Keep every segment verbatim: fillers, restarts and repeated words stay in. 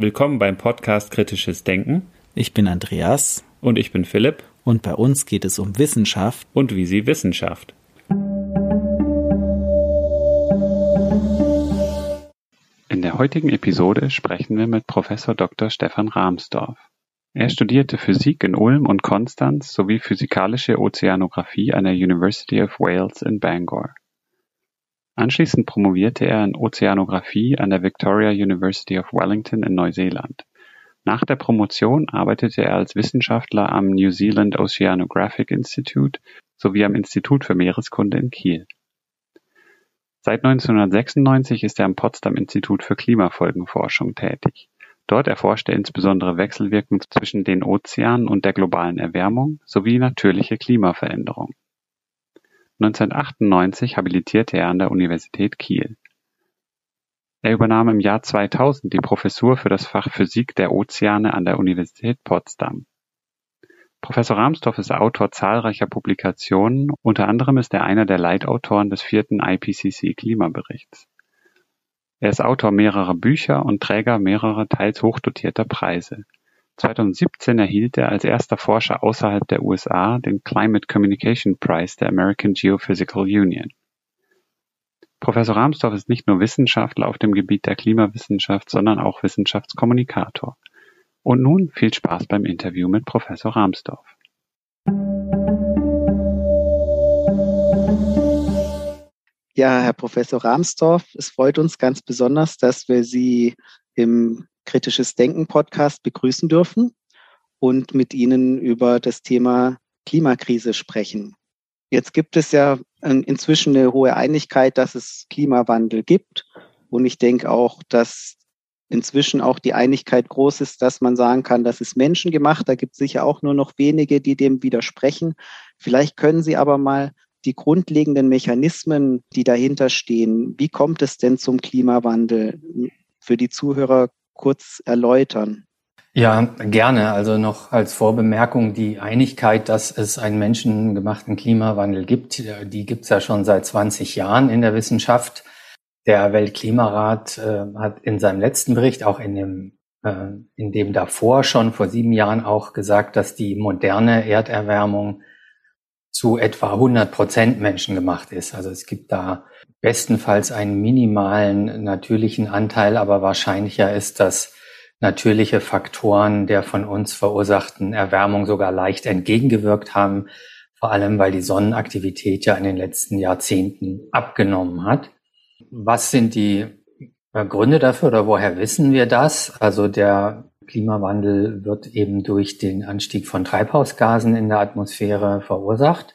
Willkommen beim Podcast Kritisches Denken. Ich bin Andreas. Und ich bin Philipp. Und bei uns geht es um Wissenschaft. Und wie sie Wissenschaft. In der heutigen Episode sprechen wir mit Professor Doktor Stefan Rahmstorf. Er studierte Physik in Ulm und Konstanz sowie physikalische Ozeanographie an der University of Wales in Bangor. Anschließend promovierte er in Ozeanographie an der Victoria University of Wellington in Neuseeland. Nach der Promotion arbeitete er als Wissenschaftler am New Zealand Oceanographic Institute sowie am Institut für Meereskunde in Kiel. Seit neunzehnhundertsechsundneunzig ist er am Potsdam Institut für Klimafolgenforschung tätig. Dort erforscht er insbesondere Wechselwirkungen zwischen den Ozeanen und der globalen Erwärmung sowie natürliche Klimaveränderung. neunzehnhundertachtundneunzig habilitierte er an der Universität Kiel. Er übernahm im Jahr zweitausend die Professur für das Fach Physik der Ozeane an der Universität Potsdam. Professor Rahmstorf ist Autor zahlreicher Publikationen, unter anderem ist er einer der Leitautoren des vierten I P C C-Klimaberichts. Er ist Autor mehrerer Bücher und Träger mehrerer teils hochdotierter Preise. zweitausendsiebzehn erhielt er als erster Forscher außerhalb der U S A den Climate Communication Prize der American Geophysical Union. Professor Rahmstorf ist nicht nur Wissenschaftler auf dem Gebiet der Klimawissenschaft, sondern auch Wissenschaftskommunikator. Und nun viel Spaß beim Interview mit Professor Rahmstorf. Ja, Herr Professor Rahmstorf, es freut uns ganz besonders, dass wir Sie im Kritisches Denken Podcast begrüßen dürfen und mit Ihnen über das Thema Klimakrise sprechen. Jetzt gibt es ja inzwischen eine hohe Einigkeit, dass es Klimawandel gibt. Und ich denke auch, dass inzwischen auch die Einigkeit groß ist, dass man sagen kann, das ist menschengemacht. Da gibt es sicher auch nur noch wenige, die dem widersprechen. Vielleicht können Sie aber mal die grundlegenden Mechanismen, die dahinter stehen, wie kommt es denn zum Klimawandel, für die Zuhörer kurz erläutern? Ja, gerne. Also noch als Vorbemerkung, die Einigkeit, dass es einen menschengemachten Klimawandel gibt, die gibt es ja schon seit zwanzig Jahren in der Wissenschaft. Der Weltklimarat äh, hat in seinem letzten Bericht, auch in dem, äh, in dem davor schon vor sieben Jahren auch gesagt, dass die moderne Erderwärmung zu etwa hundert Prozent menschengemacht ist. Also es gibt da bestenfalls einen minimalen natürlichen Anteil, aber wahrscheinlicher ist, dass natürliche Faktoren der von uns verursachten Erwärmung sogar leicht entgegengewirkt haben, vor allem weil die Sonnenaktivität ja in den letzten Jahrzehnten abgenommen hat. Was sind die Gründe dafür oder woher wissen wir das? Also der Klimawandel wird eben durch den Anstieg von Treibhausgasen in der Atmosphäre verursacht.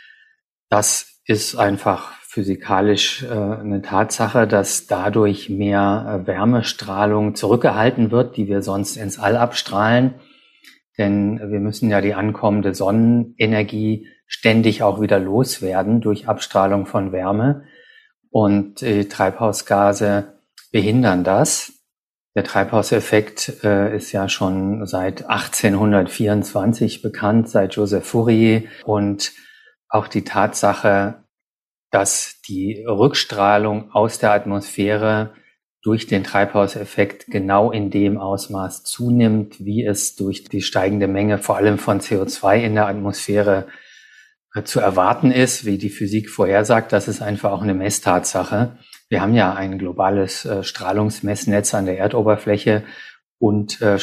Das ist einfach physikalisch äh, eine Tatsache, dass dadurch mehr äh, Wärmestrahlung zurückgehalten wird, die wir sonst ins All abstrahlen. Denn wir müssen ja die ankommende Sonnenenergie ständig auch wieder loswerden durch Abstrahlung von Wärme. Und äh, Treibhausgase behindern das. Der Treibhauseffekt äh, ist ja schon seit achtzehnhundertvierundzwanzig bekannt, seit Joseph Fourier. Und auch die Tatsache, dass die Rückstrahlung aus der Atmosphäre durch den Treibhauseffekt genau in dem Ausmaß zunimmt, wie es durch die steigende Menge vor allem von C O zwei in der Atmosphäre äh, zu erwarten ist, wie die Physik vorhersagt. Das ist einfach auch eine Messtatsache. Wir haben ja ein globales äh, Strahlungsmessnetz an der Erdoberfläche und äh,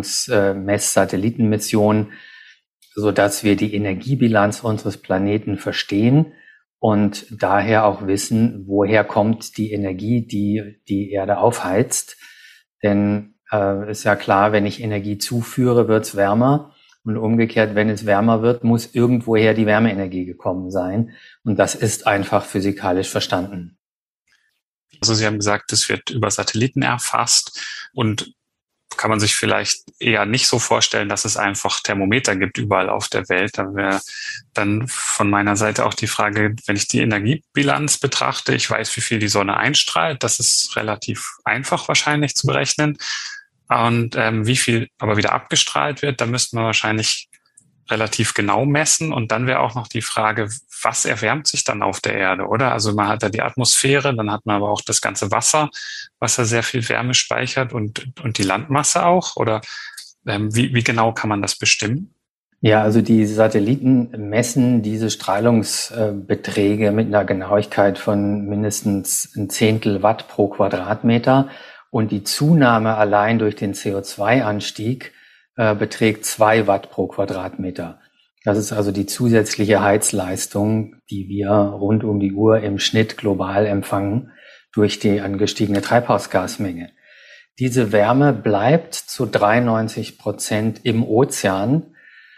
Strahlungsmess-Satellitenmissionen, so dass wir die Energiebilanz unseres Planeten verstehen und daher auch wissen, woher kommt die Energie, die die Erde aufheizt. Denn äh, ist ja klar, wenn ich Energie zuführe, wird es wärmer. Und umgekehrt, wenn es wärmer wird, muss irgendwoher die Wärmeenergie gekommen sein. Und das ist einfach physikalisch verstanden. Also Sie haben gesagt, es wird über Satelliten erfasst und kann man sich vielleicht eher nicht so vorstellen, dass es einfach Thermometer gibt überall auf der Welt. Da wäre dann von meiner Seite auch die Frage, wenn ich die Energiebilanz betrachte, ich weiß, wie viel die Sonne einstrahlt, das ist relativ einfach wahrscheinlich zu berechnen. Und ähm, wie viel aber wieder abgestrahlt wird, da müssten wir wahrscheinlich relativ genau messen. Und dann wäre auch noch die Frage, was erwärmt sich dann auf der Erde, oder? Also man hat ja die Atmosphäre, dann hat man aber auch das ganze Wasser, was ja sehr viel Wärme speichert und, und die Landmasse auch. Oder ähm, wie, wie genau kann man das bestimmen? Ja, also die Satelliten messen diese Strahlungsbeträge mit einer Genauigkeit von mindestens ein Zehntel Watt pro Quadratmeter. Und die Zunahme allein durch den C O zwei Anstieg äh, beträgt zwei Watt pro Quadratmeter. Das ist also die zusätzliche Heizleistung, die wir rund um die Uhr im Schnitt global empfangen durch die angestiegene Treibhausgasmenge. Diese Wärme bleibt zu dreiundneunzig Prozent im Ozean.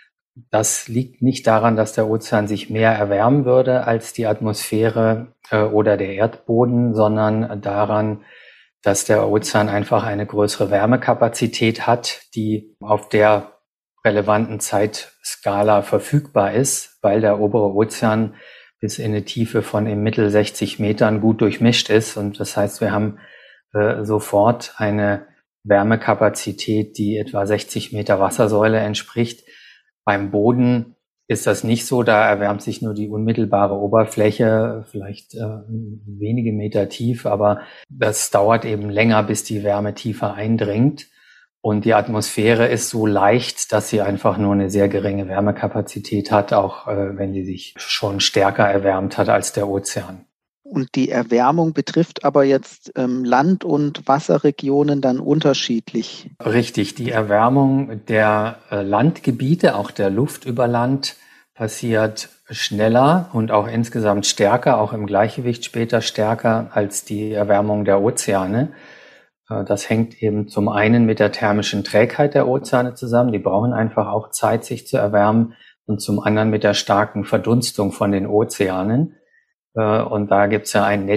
Das liegt nicht daran, dass der Ozean sich mehr erwärmen würde als die Atmosphäre äh, oder der Erdboden, sondern daran, dass der Ozean einfach eine größere Wärmekapazität hat, die auf der relevanten Zeitskala verfügbar ist, weil der obere Ozean bis in eine Tiefe von im Mittel sechzig Metern gut durchmischt ist. Und das heißt, wir haben äh, sofort eine Wärmekapazität, die etwa sechzig Meter Wassersäule entspricht. Beim Boden ist das nicht so, da erwärmt sich nur die unmittelbare Oberfläche, vielleicht äh, wenige Meter tief, aber das dauert eben länger, bis die Wärme tiefer eindringt. Und die Atmosphäre ist so leicht, dass sie einfach nur eine sehr geringe Wärmekapazität hat, auch äh, wenn sie sich schon stärker erwärmt hat als der Ozean. Und die Erwärmung betrifft aber jetzt ähm, Land- und Wasserregionen dann unterschiedlich. Richtig, die Erwärmung der äh, Landgebiete, auch der Luft über Land, passiert schneller und auch insgesamt stärker, auch im Gleichgewicht später stärker als die Erwärmung der Ozeane. Äh, das hängt eben zum einen mit der thermischen Trägheit der Ozeane zusammen. Die brauchen einfach auch Zeit, sich zu erwärmen, und zum anderen mit der starken Verdunstung von den Ozeanen. Und da gibt's ja einen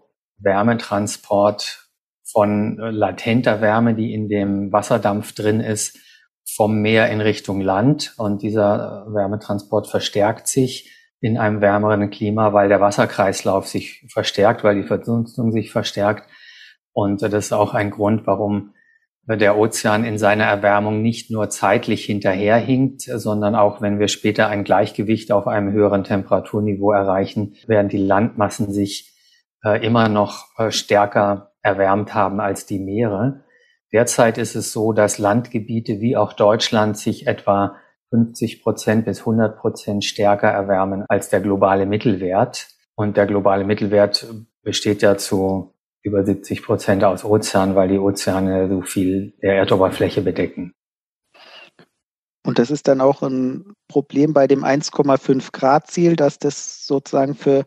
Netto-Wärmetransport von latenter Wärme, die in dem Wasserdampf drin ist, vom Meer in Richtung Land. Und dieser Wärmetransport verstärkt sich in einem wärmeren Klima, weil der Wasserkreislauf sich verstärkt, weil die Verdunstung sich verstärkt. Und das ist auch ein Grund, warum der Ozean in seiner Erwärmung nicht nur zeitlich hinterherhinkt, sondern auch, wenn wir später ein Gleichgewicht auf einem höheren Temperaturniveau erreichen, werden die Landmassen sich äh, immer noch äh, stärker erwärmt haben als die Meere. Derzeit ist es so, dass Landgebiete wie auch Deutschland sich etwa fünfzig Prozent bis hundert Prozent stärker erwärmen als der globale Mittelwert. Und der globale Mittelwert besteht ja zu über siebzig Prozent aus Ozean, weil die Ozeane so viel der Erdoberfläche bedecken. Und das ist dann auch ein Problem bei dem eins Komma fünf Grad Ziel, dass das sozusagen für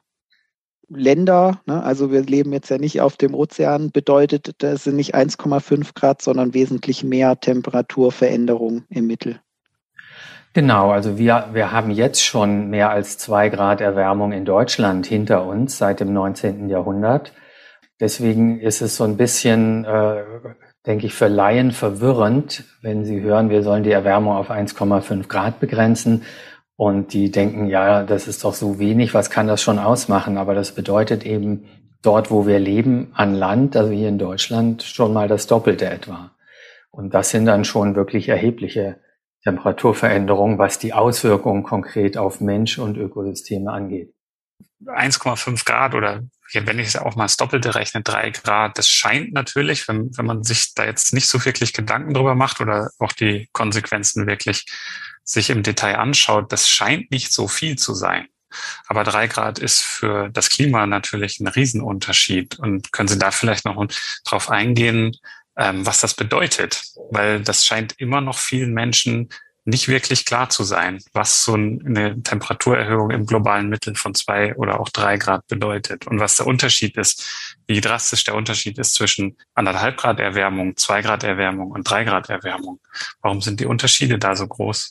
Länder, ne, also wir leben jetzt ja nicht auf dem Ozean, bedeutet, das sind nicht eins Komma fünf Grad, sondern wesentlich mehr Temperaturveränderung im Mittel. Genau, also wir, wir haben jetzt schon mehr als zwei Grad Erwärmung in Deutschland hinter uns seit dem neunzehnten Jahrhundert. Deswegen ist es so ein bisschen, äh, denke ich, für Laien verwirrend, wenn sie hören, wir sollen die Erwärmung auf eins Komma fünf Grad begrenzen. Und die denken, ja, das ist doch so wenig, was kann das schon ausmachen? Aber das bedeutet eben dort, wo wir leben, an Land, also hier in Deutschland, schon mal das Doppelte etwa. Und das sind dann schon wirklich erhebliche Temperaturveränderungen, was die Auswirkungen konkret auf Mensch und Ökosysteme angeht. eins Komma fünf Grad oder wenn ich es auch mal das Doppelte rechne, drei Grad, das scheint natürlich, wenn, wenn man sich da jetzt nicht so wirklich Gedanken drüber macht oder auch die Konsequenzen wirklich sich im Detail anschaut, das scheint nicht so viel zu sein. Aber drei Grad ist für das Klima natürlich ein Riesenunterschied. Und können Sie da vielleicht noch drauf eingehen, ähm, was das bedeutet? Weil das scheint immer noch vielen Menschen nicht wirklich klar zu sein, was so eine Temperaturerhöhung im globalen Mittel von zwei oder auch drei Grad bedeutet und was der Unterschied ist, wie drastisch der Unterschied ist zwischen anderthalb Grad Erwärmung, zwei Grad Erwärmung und drei Grad Erwärmung. Warum sind die Unterschiede da so groß?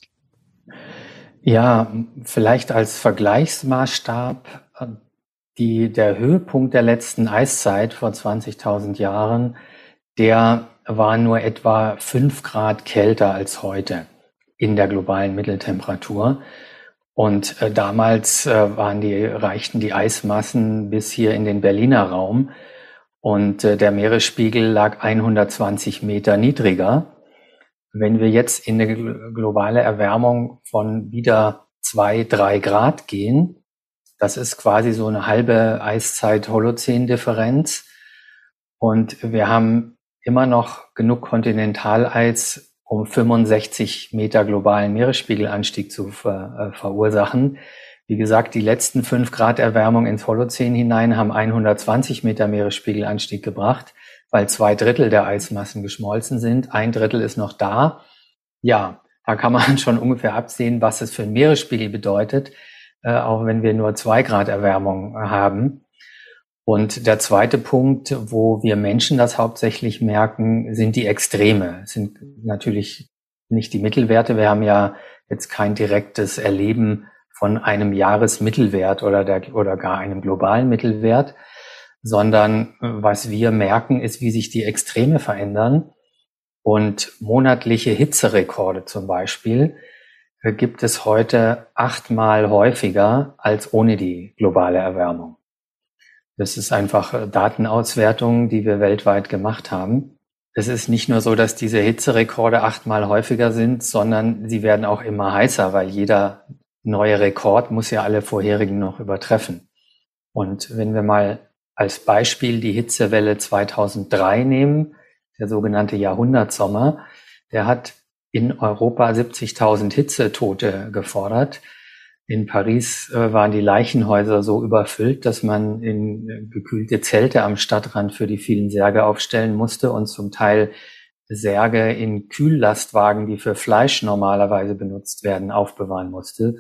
Ja, vielleicht als Vergleichsmaßstab, die, der Höhepunkt der letzten Eiszeit vor zwanzigtausend Jahren, der war nur etwa fünf Grad kälter als heute in der globalen Mitteltemperatur. Und äh, damals äh, waren die, reichten die Eismassen bis hier in den Berliner Raum. Und äh, der Meeresspiegel lag hundertzwanzig Meter niedriger. wenn wir jetzt in eine globale Erwärmung von wieder zwei, drei Grad gehen, das ist quasi so eine halbe Eiszeit-Holozän-Differenz. Und wir haben immer noch genug Kontinentaleis, um fünfundsechzig Meter globalen Meeresspiegelanstieg zu ver, äh, verursachen. Wie gesagt, die letzten fünf Grad Erwärmung ins Holozän hinein haben hundertzwanzig Meter Meeresspiegelanstieg gebracht, weil zwei Drittel der Eismassen geschmolzen sind. Ein Drittel ist noch da. Ja, da kann man schon ungefähr absehen, was es für einen Meeresspiegel bedeutet, äh, auch wenn wir nur zwei Grad Erwärmung haben. Und der zweite Punkt, wo wir Menschen das hauptsächlich merken, sind die Extreme. Es sind natürlich nicht die Mittelwerte. Wir haben ja jetzt kein direktes Erleben von einem Jahresmittelwert oder der, oder gar einem globalen Mittelwert, sondern was wir merken, ist, wie sich die Extreme verändern. Und monatliche Hitzerekorde zum Beispiel gibt es heute achtmal häufiger als ohne die globale Erwärmung. Das ist einfach Datenauswertung, die wir weltweit gemacht haben. Es ist nicht nur so, dass diese Hitzerekorde achtmal häufiger sind, sondern sie werden auch immer heißer, weil jeder neue Rekord muss ja alle vorherigen noch übertreffen. Und wenn wir mal als Beispiel die Hitzewelle zweitausenddrei nehmen, der sogenannte Jahrhundertsommer, der hat in Europa siebzigtausend Hitzetote gefordert. In Paris äh, waren die Leichenhäuser so überfüllt, dass man in äh, gekühlte Zelte am Stadtrand für die vielen Särge aufstellen musste und zum Teil Särge in Kühllastwagen, die für Fleisch normalerweise benutzt werden, aufbewahren musste.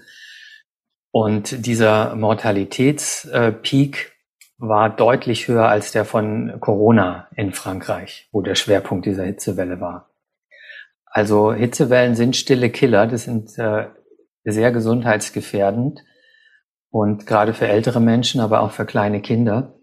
Und dieser Mortalitätspeak war deutlich höher als der von Corona in Frankreich, wo der Schwerpunkt dieser Hitzewelle war. Also Hitzewellen sind stille Killer, das sind äh, sehr gesundheitsgefährdend und gerade für ältere Menschen, aber auch für kleine Kinder.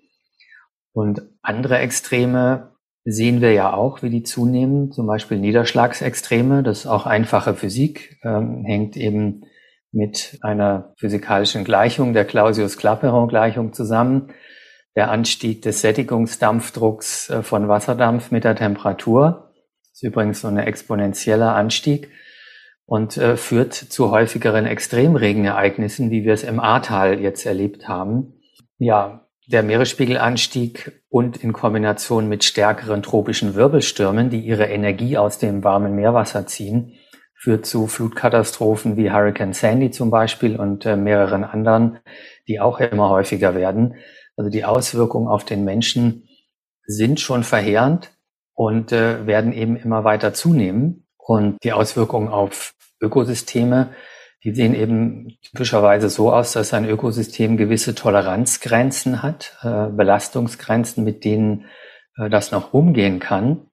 Und andere Extreme sehen wir ja auch, wie die zunehmen, zum Beispiel Niederschlagsextreme. Das ist auch einfache Physik, ähm, hängt eben mit einer physikalischen Gleichung, der Clausius-Clapeyron-Gleichung zusammen. Der Anstieg des Sättigungsdampfdrucks äh, von Wasserdampf mit der Temperatur ist übrigens so ein exponentieller Anstieg und äh, führt zu häufigeren Extremregenereignissen, wie wir es im Ahrtal jetzt erlebt haben. Ja, der Meeresspiegelanstieg und in Kombination mit stärkeren tropischen Wirbelstürmen, die ihre Energie aus dem warmen Meerwasser ziehen, führt zu Flutkatastrophen wie Hurricane Sandy zum Beispiel und äh, mehreren anderen, die auch immer häufiger werden. Also die Auswirkungen auf den Menschen sind schon verheerend und äh, werden eben immer weiter zunehmen. Und die Auswirkungen auf Ökosysteme, die sehen eben typischerweise so aus, dass ein Ökosystem gewisse Toleranzgrenzen hat, äh, Belastungsgrenzen, mit denen äh, das noch umgehen kann.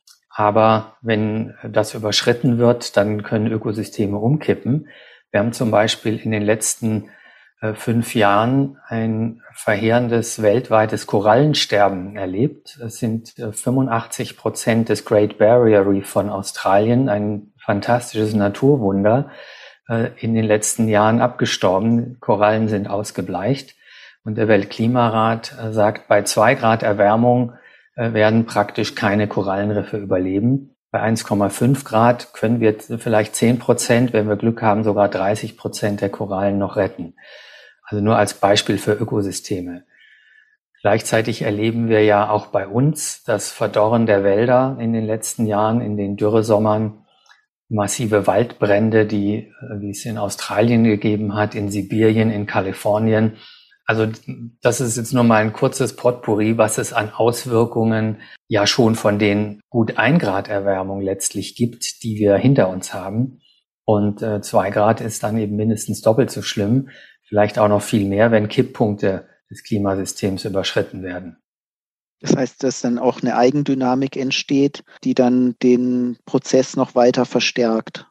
Aber wenn das überschritten wird, dann können Ökosysteme umkippen. Wir haben zum Beispiel in den letzten äh, fünf Jahren ein verheerendes weltweites Korallensterben erlebt. Es sind äh, fünfundachtzig Prozent des Great Barrier Reef von Australien, ein fantastisches Naturwunder, in den letzten Jahren abgestorben. Korallen sind ausgebleicht. Und der Weltklimarat sagt, bei zwei Grad Erwärmung werden praktisch keine Korallenriffe überleben. Bei eins Komma fünf Grad können wir vielleicht zehn Prozent, wenn wir Glück haben, sogar dreißig Prozent der Korallen noch retten. Also nur als Beispiel für Ökosysteme. Gleichzeitig erleben wir ja auch bei uns das Verdorren der Wälder in den letzten Jahren, in den Dürresommern. Massive Waldbrände, die, wie es in Australien gegeben hat, in Sibirien, in Kalifornien. Also das ist jetzt nur mal ein kurzes Potpourri, was es an Auswirkungen ja schon von den gut ein Grad Erwärmung letztlich gibt, die wir hinter uns haben. Und äh, zwei Grad ist dann eben mindestens doppelt so schlimm, vielleicht auch noch viel mehr, wenn Kipppunkte des Klimasystems überschritten werden. Das heißt, dass dann auch eine Eigendynamik entsteht, die dann den Prozess noch weiter verstärkt.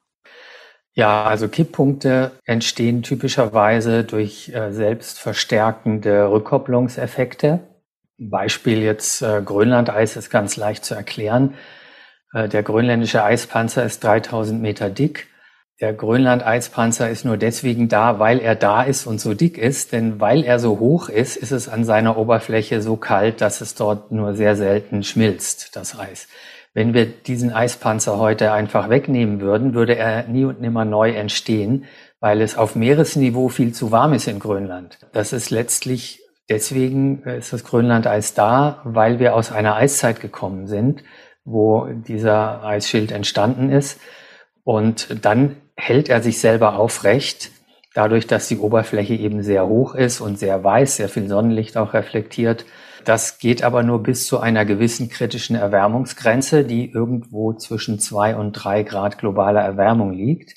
Ja, also Kipppunkte entstehen typischerweise durch äh, selbstverstärkende Rückkopplungseffekte. Ein Beispiel jetzt äh, Grönlandeis ist ganz leicht zu erklären. Äh, der grönländische Eispanzer ist dreitausend Meter dick. Der Grönland-Eispanzer ist nur deswegen da, weil er da ist und so dick ist. Denn weil er so hoch ist, ist es an seiner Oberfläche so kalt, dass es dort nur sehr selten schmilzt, das Eis. Wenn wir diesen Eispanzer heute einfach wegnehmen würden, würde er nie und nimmer neu entstehen, weil es auf Meeresniveau viel zu warm ist in Grönland. Das ist letztlich, deswegen ist das Grönlandeis da, weil wir aus einer Eiszeit gekommen sind, wo dieser Eisschild entstanden ist. Und dann hält er sich selber aufrecht, dadurch, dass die Oberfläche eben sehr hoch ist und sehr weiß, sehr viel Sonnenlicht auch reflektiert. Das geht aber nur bis zu einer gewissen kritischen Erwärmungsgrenze, die irgendwo zwischen zwei und drei Grad globaler Erwärmung liegt.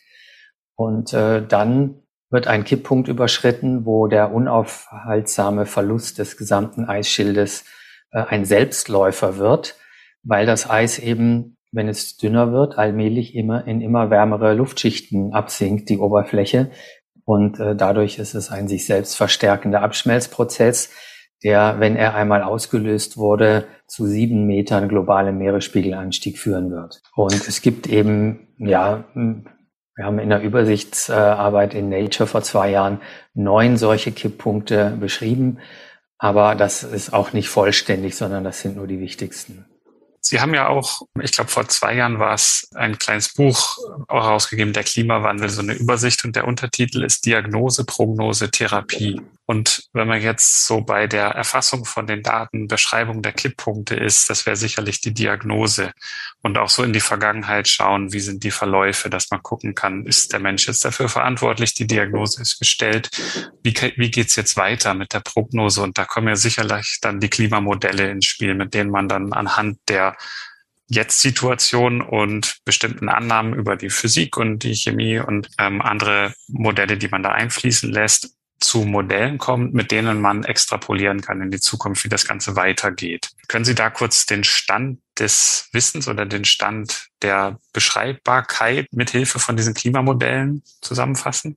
Und äh, dann wird ein Kipppunkt überschritten, wo der unaufhaltsame Verlust des gesamten Eisschildes äh, ein Selbstläufer wird, weil das Eis eben, wenn es dünner wird, allmählich immer in immer wärmere Luftschichten absinkt, die Oberfläche. Und äh, dadurch ist es ein sich selbst verstärkender Abschmelzprozess, der, wenn er einmal ausgelöst wurde, zu sieben Metern globalem Meeresspiegelanstieg führen wird. Und es gibt eben, ja, wir haben in der Übersichtsarbeit in Nature vor zwei Jahren neun solche Kipppunkte beschrieben, aber das ist auch nicht vollständig, sondern das sind nur die wichtigsten. Sie haben ja auch, ich glaube vor zwei Jahren war es ein kleines Buch auch herausgegeben, der Klimawandel, so eine Übersicht, und der Untertitel ist Diagnose, Prognose, Therapie. Und wenn man jetzt so bei der Erfassung von den Daten, Beschreibung der Kipppunkte ist, das wäre sicherlich die Diagnose. Und auch so in die Vergangenheit schauen, wie sind die Verläufe, dass man gucken kann, ist der Mensch jetzt dafür verantwortlich, die Diagnose ist gestellt, wie, wie geht's jetzt weiter mit der Prognose? Und da kommen ja sicherlich dann die Klimamodelle ins Spiel, mit denen man dann anhand der Jetzt-Situation und bestimmten Annahmen über die Physik und die Chemie und ähm, andere Modelle, die man da einfließen lässt, zu Modellen kommt, mit denen man extrapolieren kann in die Zukunft, wie das Ganze weitergeht. Können Sie da kurz den Stand des Wissens oder den Stand der Beschreibbarkeit mit Hilfe von diesen Klimamodellen zusammenfassen?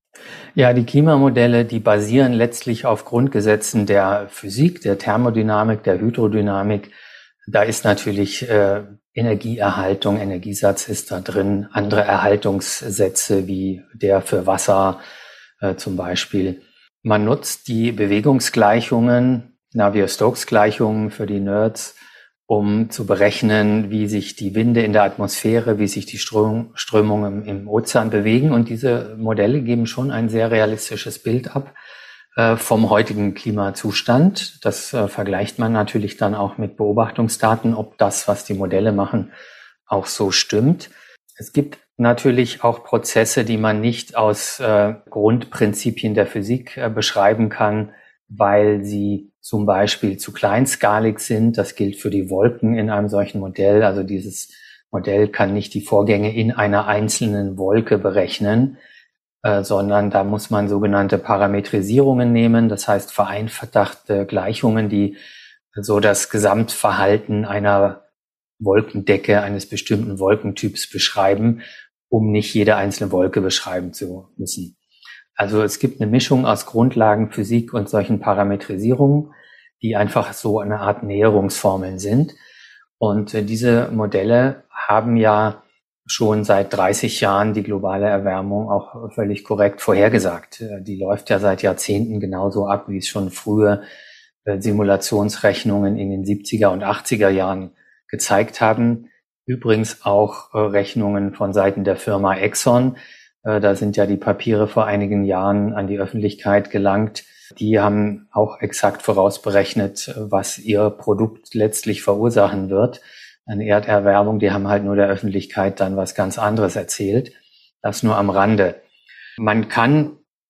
Ja, die Klimamodelle, die basieren letztlich auf Grundgesetzen der Physik, der Thermodynamik, der Hydrodynamik. Da ist natürlich äh, Energieerhaltung, Energiesatz ist da drin, andere Erhaltungssätze wie der für Wasser äh, zum Beispiel. Man nutzt die Bewegungsgleichungen, Navier-Stokes-Gleichungen für die Nerds, um zu berechnen, wie sich die Winde in der Atmosphäre, wie sich die Ström, Strömungen im Ozean bewegen. Und diese Modelle geben schon ein sehr realistisches Bild ab äh, vom heutigen Klimazustand. Das äh, vergleicht man natürlich dann auch mit Beobachtungsdaten, ob das, was die Modelle machen, auch so stimmt. Es gibt natürlich auch Prozesse, die man nicht aus äh, Grundprinzipien der Physik äh, beschreiben kann, weil sie zum Beispiel zu kleinskalig sind. Das gilt für die Wolken in einem solchen Modell. Also dieses Modell kann nicht die Vorgänge in einer einzelnen Wolke berechnen, äh, sondern da muss man sogenannte Parametrisierungen nehmen. Das heißt vereinfachte Gleichungen, die so das Gesamtverhalten einer Wolkendecke eines bestimmten Wolkentyps beschreiben, um nicht jede einzelne Wolke beschreiben zu müssen. Also es gibt eine Mischung aus Grundlagenphysik und solchen Parametrisierungen, die einfach so eine Art Näherungsformeln sind. Und äh, diese Modelle haben ja schon seit dreißig Jahren die globale Erwärmung auch völlig korrekt vorhergesagt. Äh, die läuft ja seit Jahrzehnten genauso ab, wie es schon frühe äh, Simulationsrechnungen in den siebziger und achtziger Jahren gezeigt haben. Übrigens auch äh, Rechnungen von Seiten der Firma Exxon. Äh, da sind ja die Papiere vor einigen Jahren an die Öffentlichkeit gelangt. Die haben auch exakt vorausberechnet, was ihr Produkt letztlich verursachen wird. Eine Erderwärmung, die haben halt nur der Öffentlichkeit dann was ganz anderes erzählt. Das nur am Rande. Man kann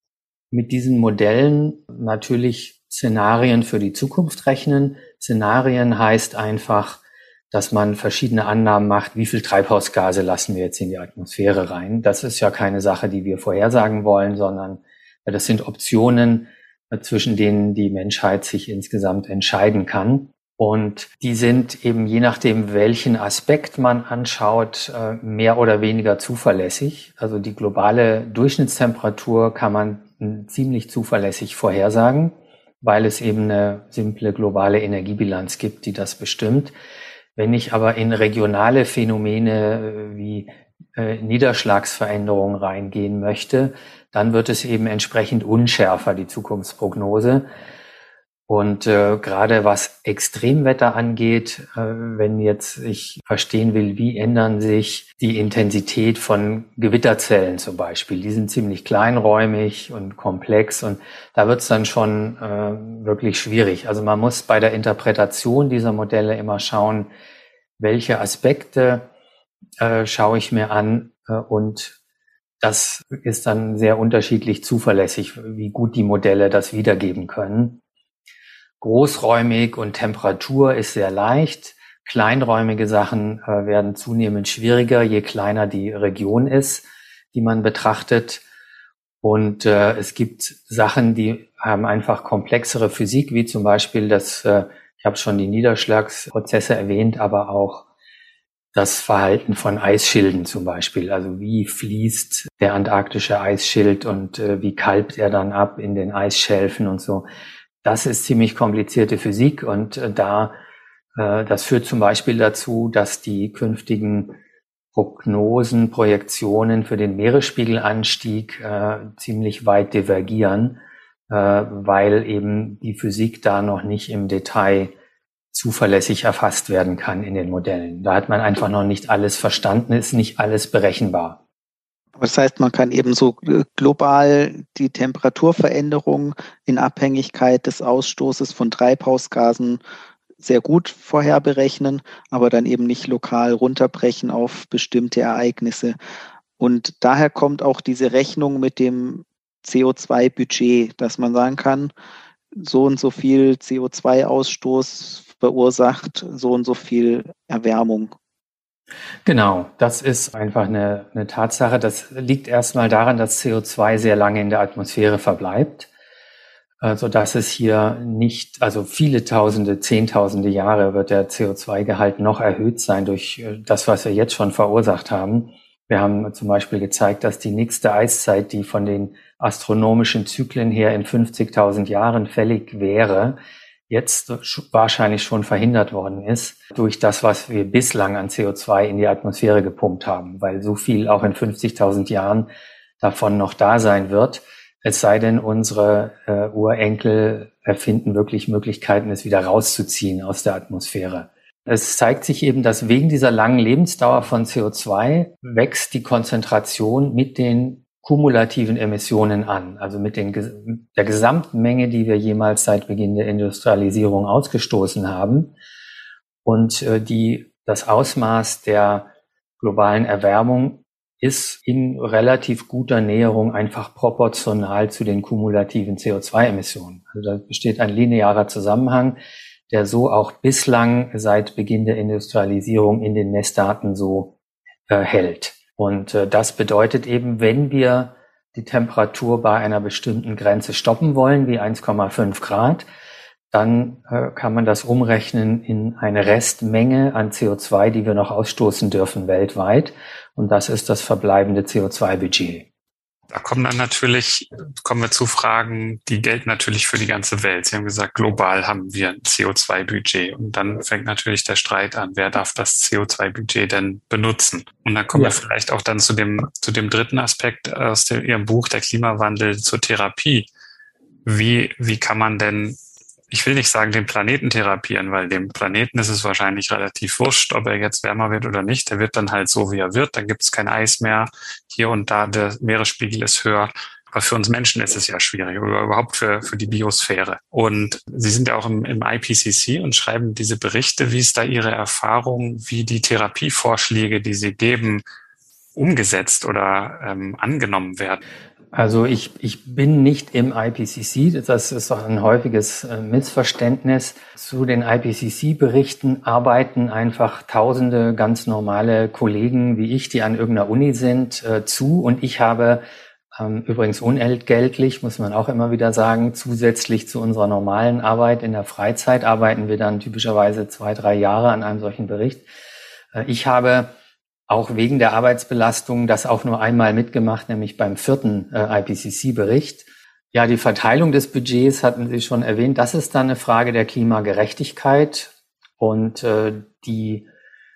mit diesen Modellen natürlich Szenarien für die Zukunft rechnen. Szenarien heißt einfach, dass man verschiedene Annahmen macht, wie viel Treibhausgase lassen wir jetzt in die Atmosphäre rein. Das ist ja keine Sache, die wir vorhersagen wollen, sondern das sind Optionen, zwischen denen die Menschheit sich insgesamt entscheiden kann. Und die sind eben je nachdem, welchen Aspekt man anschaut, mehr oder weniger zuverlässig. Also die globale Durchschnittstemperatur kann man ziemlich zuverlässig vorhersagen, weil es eben eine simple globale Energiebilanz gibt, die das bestimmt. Wenn ich aber in regionale Phänomene wie äh, Niederschlagsveränderungen reingehen möchte, dann wird es eben entsprechend unschärfer, die Zukunftsprognose. Und äh, gerade was Extremwetter angeht, äh, wenn jetzt ich verstehen will, wie ändern sich die Intensität von Gewitterzellen zum Beispiel. Die sind ziemlich kleinräumig und komplex und da wird es dann schon äh, wirklich schwierig. Also man muss bei der Interpretation dieser Modelle immer schauen, welche Aspekte äh, schaue ich mir an äh, und das ist dann sehr unterschiedlich zuverlässig, wie gut die Modelle das wiedergeben können. Großräumig und Temperatur ist sehr leicht. Kleinräumige Sachen äh, werden zunehmend schwieriger, je kleiner die Region ist, die man betrachtet. Und äh, es gibt Sachen, die haben einfach komplexere Physik, wie zum Beispiel das, äh, ich habe schon die Niederschlagsprozesse erwähnt, aber auch das Verhalten von Eisschilden zum Beispiel. Also wie fließt der antarktische Eisschild und äh, wie kalbt er dann ab in den Eisschelfen und so. Das ist ziemlich komplizierte Physik und äh, da äh, das führt zum Beispiel dazu, dass die künftigen Prognosen, Projektionen für den Meeresspiegelanstieg äh, ziemlich weit divergieren, äh, weil eben die Physik da noch nicht im Detail zuverlässig erfasst werden kann in den Modellen. Da hat man einfach noch nicht alles verstanden, ist nicht alles berechenbar. Das heißt, man kann eben so global die Temperaturveränderung in Abhängigkeit des Ausstoßes von Treibhausgasen sehr gut vorher berechnen, aber dann eben nicht lokal runterbrechen auf bestimmte Ereignisse. Und daher kommt auch diese Rechnung mit dem C O zwei Budget, dass man sagen kann, so und so viel C O zwei Ausstoß verursacht so und so viel Erwärmung. Genau, das ist einfach eine, eine Tatsache. Das liegt erstmal daran, dass C O zwei sehr lange in der Atmosphäre verbleibt, so dass es hier nicht, also viele Tausende, Zehntausende Jahre wird der C O zwei Gehalt noch erhöht sein durch das, was wir jetzt schon verursacht haben. Wir haben zum Beispiel gezeigt, dass die nächste Eiszeit, die von den astronomischen Zyklen her in fünfzigtausend Jahren fällig wäre, jetzt wahrscheinlich schon verhindert worden ist durch das, was wir bislang an C O zwei in die Atmosphäre gepumpt haben, weil so viel auch in fünfzigtausend Jahren davon noch da sein wird, es sei denn, unsere äh, Urenkel erfinden wirklich Möglichkeiten, es wieder rauszuziehen aus der Atmosphäre. Es zeigt sich eben, dass wegen dieser langen Lebensdauer von C O zwei wächst die Konzentration mit den kumulativen Emissionen an, also mit den, der gesamten Menge, die wir jemals seit Beginn der Industrialisierung ausgestoßen haben. Und äh, die, das Ausmaß der globalen Erwärmung ist in relativ guter Näherung einfach proportional zu den kumulativen C O zwei Emissionen. Also da besteht ein linearer Zusammenhang, der so auch bislang seit Beginn der Industrialisierung in den Messdaten so äh, hält. Und äh, das bedeutet eben, wenn wir die Temperatur bei einer bestimmten Grenze stoppen wollen, wie eins Komma fünf Grad, dann äh, kann man das umrechnen in eine Restmenge an C O zwei, die wir noch ausstoßen dürfen weltweit. Und das ist das verbleibende C O zwei Budget. Da kommen dann natürlich, kommen wir zu Fragen, die gelten natürlich für die ganze Welt. Sie haben gesagt, global haben wir ein C O zwei Budget. Und dann fängt natürlich der Streit an, wer darf das C O zwei Budget denn benutzen? Und dann kommen ja. wir vielleicht auch dann zu dem, zu dem dritten Aspekt aus dem, Ihrem Buch, der Klimawandel zur Therapie. Wie, wie kann man denn, ich will nicht sagen, den Planeten therapieren, weil dem Planeten ist es wahrscheinlich relativ wurscht, ob er jetzt wärmer wird oder nicht. Der wird dann halt so, wie er wird. Dann gibt es kein Eis mehr. Hier und da, der Meeresspiegel ist höher. Aber für uns Menschen ist es ja schwierig oder überhaupt für, für die Biosphäre. Und Sie sind ja auch im, im I P C C und schreiben diese Berichte. Wie ist da Ihre Erfahrung, wie die Therapievorschläge, die Sie geben, umgesetzt oder ähm, angenommen werden? Also ich, ich bin nicht im I P C C, das ist auch ein häufiges äh, Missverständnis. Zu den I P C C-Berichten arbeiten einfach tausende ganz normale Kollegen wie ich, die an irgendeiner Uni sind, äh, zu. Und ich habe ähm, übrigens unentgeltlich, muss man auch immer wieder sagen, zusätzlich zu unserer normalen Arbeit in der Freizeit arbeiten wir dann typischerweise zwei, drei Jahre an einem solchen Bericht. Äh, ich habe auch wegen der Arbeitsbelastung das auch nur einmal mitgemacht, nämlich beim vierten äh, I P C C-Bericht. Ja, die Verteilung des Budgets hatten Sie schon erwähnt. Das ist dann eine Frage der Klimagerechtigkeit. Und äh, die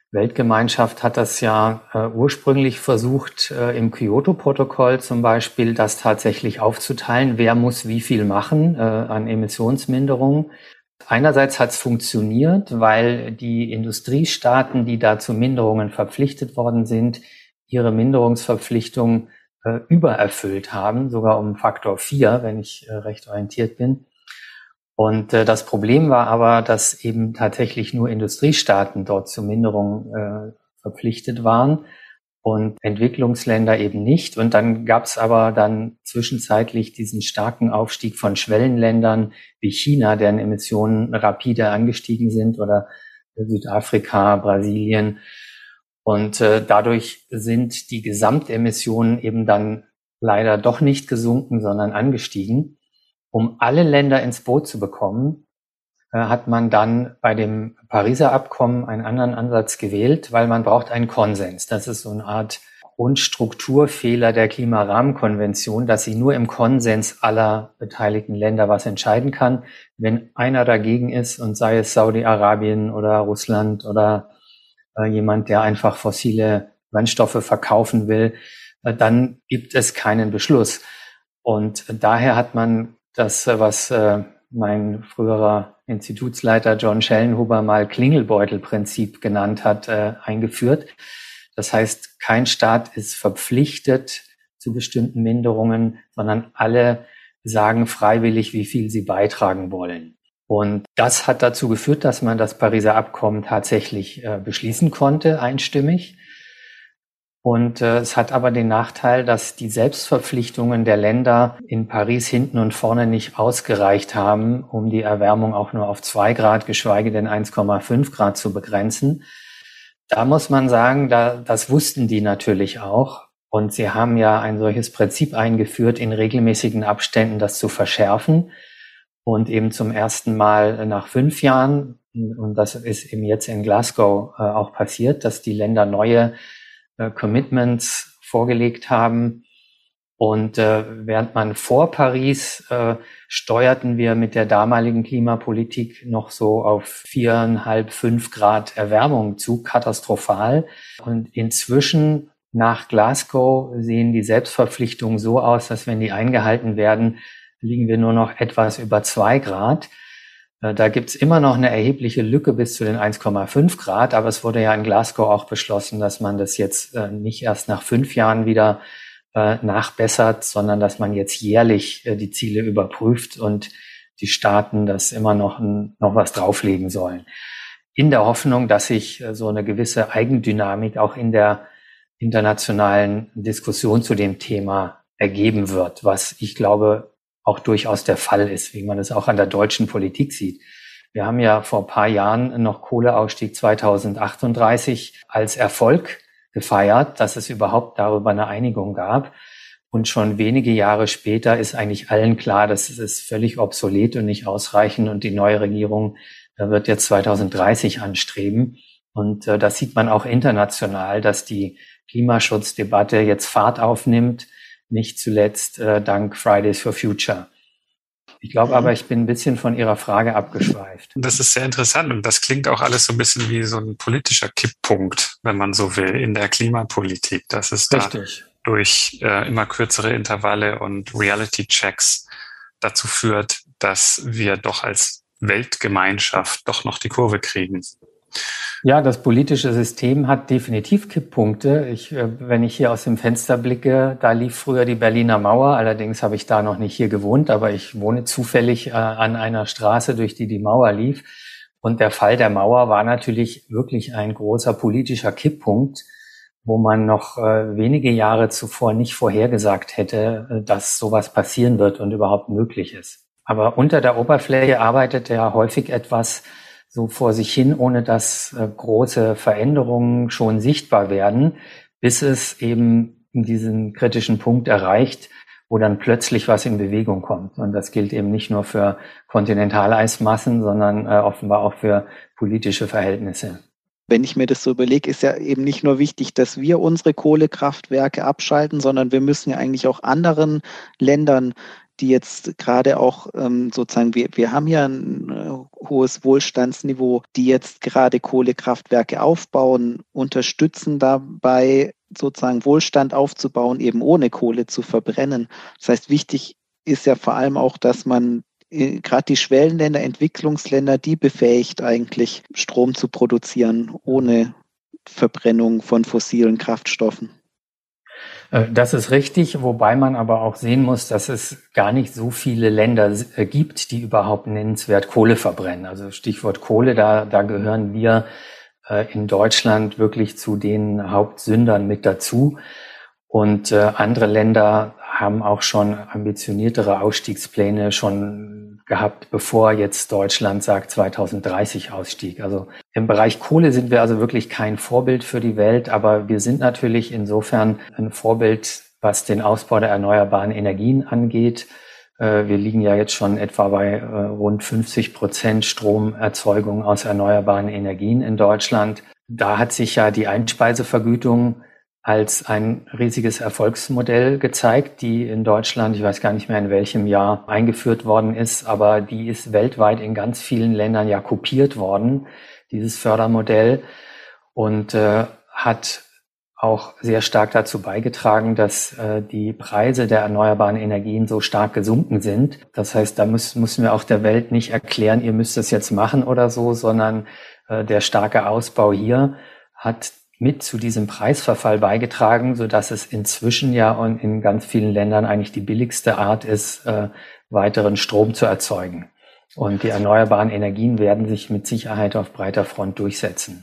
Weltgemeinschaft hat das ja äh, ursprünglich versucht, äh, im Kyoto-Protokoll zum Beispiel, das tatsächlich aufzuteilen, wer muss wie viel machen äh, an Emissionsminderung. Einerseits hat es funktioniert, weil die Industriestaaten, die da zu Minderungen verpflichtet worden sind, ihre Minderungsverpflichtung äh, übererfüllt haben, sogar um Faktor vier, wenn ich äh, recht orientiert bin. Und äh, das Problem war aber, dass eben tatsächlich nur Industriestaaten dort zur Minderung äh, verpflichtet waren und Entwicklungsländer eben nicht. Und dann gab es aber dann zwischenzeitlich diesen starken Aufstieg von Schwellenländern wie China, deren Emissionen rapide angestiegen sind, oder Südafrika, Brasilien. Und äh, dadurch sind die Gesamtemissionen eben dann leider doch nicht gesunken, sondern angestiegen. Um alle Länder ins Boot zu bekommen, äh, hat man dann bei dem Pariser Abkommen einen anderen Ansatz gewählt, weil man braucht einen Konsens. Das ist so eine Art Grundstrukturfehler der Klimarahmenkonvention, dass sie nur im Konsens aller beteiligten Länder was entscheiden kann. Wenn einer dagegen ist, und sei es Saudi-Arabien oder Russland oder äh, jemand, der einfach fossile Brennstoffe verkaufen will, äh, dann gibt es keinen Beschluss. Und äh, daher hat man das, was äh, mein früherer Institutsleiter John Schellenhuber mal Klingelbeutelprinzip genannt hat, äh, eingeführt. Das heißt, kein Staat ist verpflichtet zu bestimmten Minderungen, sondern alle sagen freiwillig, wie viel sie beitragen wollen. Und das hat dazu geführt, dass man das Pariser Abkommen tatsächlich äh, beschließen konnte, einstimmig. Und äh, es hat aber den Nachteil, dass die Selbstverpflichtungen der Länder in Paris hinten und vorne nicht ausgereicht haben, um die Erwärmung auch nur auf zwei Grad, geschweige denn eins Komma fünf Grad zu begrenzen. Da muss man sagen, da, das wussten die natürlich auch. Und sie haben ja ein solches Prinzip eingeführt, in regelmäßigen Abständen das zu verschärfen. Und eben zum ersten Mal nach fünf Jahren, und das ist eben jetzt in Glasgow äh, auch passiert, dass die Länder neue Commitments vorgelegt haben. Und äh, während man vor Paris äh, steuerten wir mit der damaligen Klimapolitik noch so auf viereinhalb, fünf Grad Erwärmung zu, katastrophal. Und inzwischen nach Glasgow sehen die Selbstverpflichtungen so aus, dass wenn die eingehalten werden, liegen wir nur noch etwas über zwei Grad. Da gibt's immer noch eine erhebliche Lücke bis zu den eins Komma fünf Grad, aber es wurde ja in Glasgow auch beschlossen, dass man das jetzt äh, nicht erst nach fünf Jahren wieder äh, nachbessert, sondern dass man jetzt jährlich äh, die Ziele überprüft und die Staaten das immer noch, ein, noch was drauflegen sollen. In der Hoffnung, dass sich äh, so eine gewisse Eigendynamik auch in der internationalen Diskussion zu dem Thema ergeben wird, was ich glaube auch durchaus der Fall ist, wie man es auch an der deutschen Politik sieht. Wir haben ja vor ein paar Jahren noch Kohleausstieg zweitausendachtunddreißig als Erfolg gefeiert, dass es überhaupt darüber eine Einigung gab. Und schon wenige Jahre später ist eigentlich allen klar, dass es ist völlig obsolet und nicht ausreichend. Und die neue Regierung wird jetzt zweitausenddreißig anstreben. Und äh, das sieht man auch international, dass die Klimaschutzdebatte jetzt Fahrt aufnimmt. Nicht zuletzt äh, dank Fridays for Future. Ich glaube aber, ich bin ein bisschen von Ihrer Frage abgeschweift. Das ist sehr interessant und das klingt auch alles so ein bisschen wie so ein politischer Kipppunkt, wenn man so will, in der Klimapolitik. Dass es Richtig. da durch äh, immer kürzere Intervalle und Reality-Checks dazu führt, dass wir doch als Weltgemeinschaft doch noch die Kurve kriegen. Ja, das politische System hat definitiv Kipppunkte. Ich, wenn ich hier aus dem Fenster blicke, da lief früher die Berliner Mauer. Allerdings habe ich da noch nicht hier gewohnt, aber ich wohne zufällig äh, an einer Straße, durch die die Mauer lief. Und der Fall der Mauer war natürlich wirklich ein großer politischer Kipppunkt, wo man noch äh, wenige Jahre zuvor nicht vorhergesagt hätte, äh, dass sowas passieren wird und überhaupt möglich ist. Aber unter der Oberfläche arbeitet ja häufig etwas so vor sich hin, ohne dass äh, große Veränderungen schon sichtbar werden, bis es eben diesen kritischen Punkt erreicht, wo dann plötzlich was in Bewegung kommt. Und das gilt eben nicht nur für Kontinentaleismassen, sondern äh, offenbar auch für politische Verhältnisse. Wenn ich mir das so überlege, ist ja eben nicht nur wichtig, dass wir unsere Kohlekraftwerke abschalten, sondern wir müssen ja eigentlich auch anderen Ländern, die jetzt gerade auch ähm, sozusagen, wir, wir haben ja ein äh, hohes Wohlstandsniveau, die jetzt gerade Kohlekraftwerke aufbauen, unterstützen dabei, sozusagen Wohlstand aufzubauen, eben ohne Kohle zu verbrennen. Das heißt, wichtig ist ja vor allem auch, dass man gerade die Schwellenländer, Entwicklungsländer, die befähigt eigentlich Strom zu produzieren ohne Verbrennung von fossilen Kraftstoffen. Das ist richtig, wobei man aber auch sehen muss, dass es gar nicht so viele Länder gibt, die überhaupt nennenswert Kohle verbrennen. Also Stichwort Kohle, da, da gehören wir in Deutschland wirklich zu den Hauptsündern mit dazu. Und andere Länder haben auch schon ambitioniertere Ausstiegspläne schon gehabt, bevor jetzt Deutschland sagt zwanzig dreißig Ausstieg. Also im Bereich Kohle sind wir also wirklich kein Vorbild für die Welt, aber wir sind natürlich insofern ein Vorbild, was den Ausbau der erneuerbaren Energien angeht. Wir liegen ja jetzt schon etwa bei rund fünfzig Prozent Stromerzeugung aus erneuerbaren Energien in Deutschland. Da hat sich ja die Einspeisevergütung als ein riesiges Erfolgsmodell gezeigt, die in Deutschland, ich weiß gar nicht mehr in welchem Jahr, eingeführt worden ist, aber die ist weltweit in ganz vielen Ländern ja kopiert worden, dieses Fördermodell, und äh, hat auch sehr stark dazu beigetragen, dass äh, die Preise der erneuerbaren Energien so stark gesunken sind. Das heißt, da müssen, müssen wir auch der Welt nicht erklären, ihr müsst das jetzt machen oder so, sondern äh, der starke Ausbau hier hat mit zu diesem Preisverfall beigetragen, so dass es inzwischen ja und in ganz vielen Ländern eigentlich die billigste Art ist, äh, weiteren Strom zu erzeugen. Und die erneuerbaren Energien werden sich mit Sicherheit auf breiter Front durchsetzen.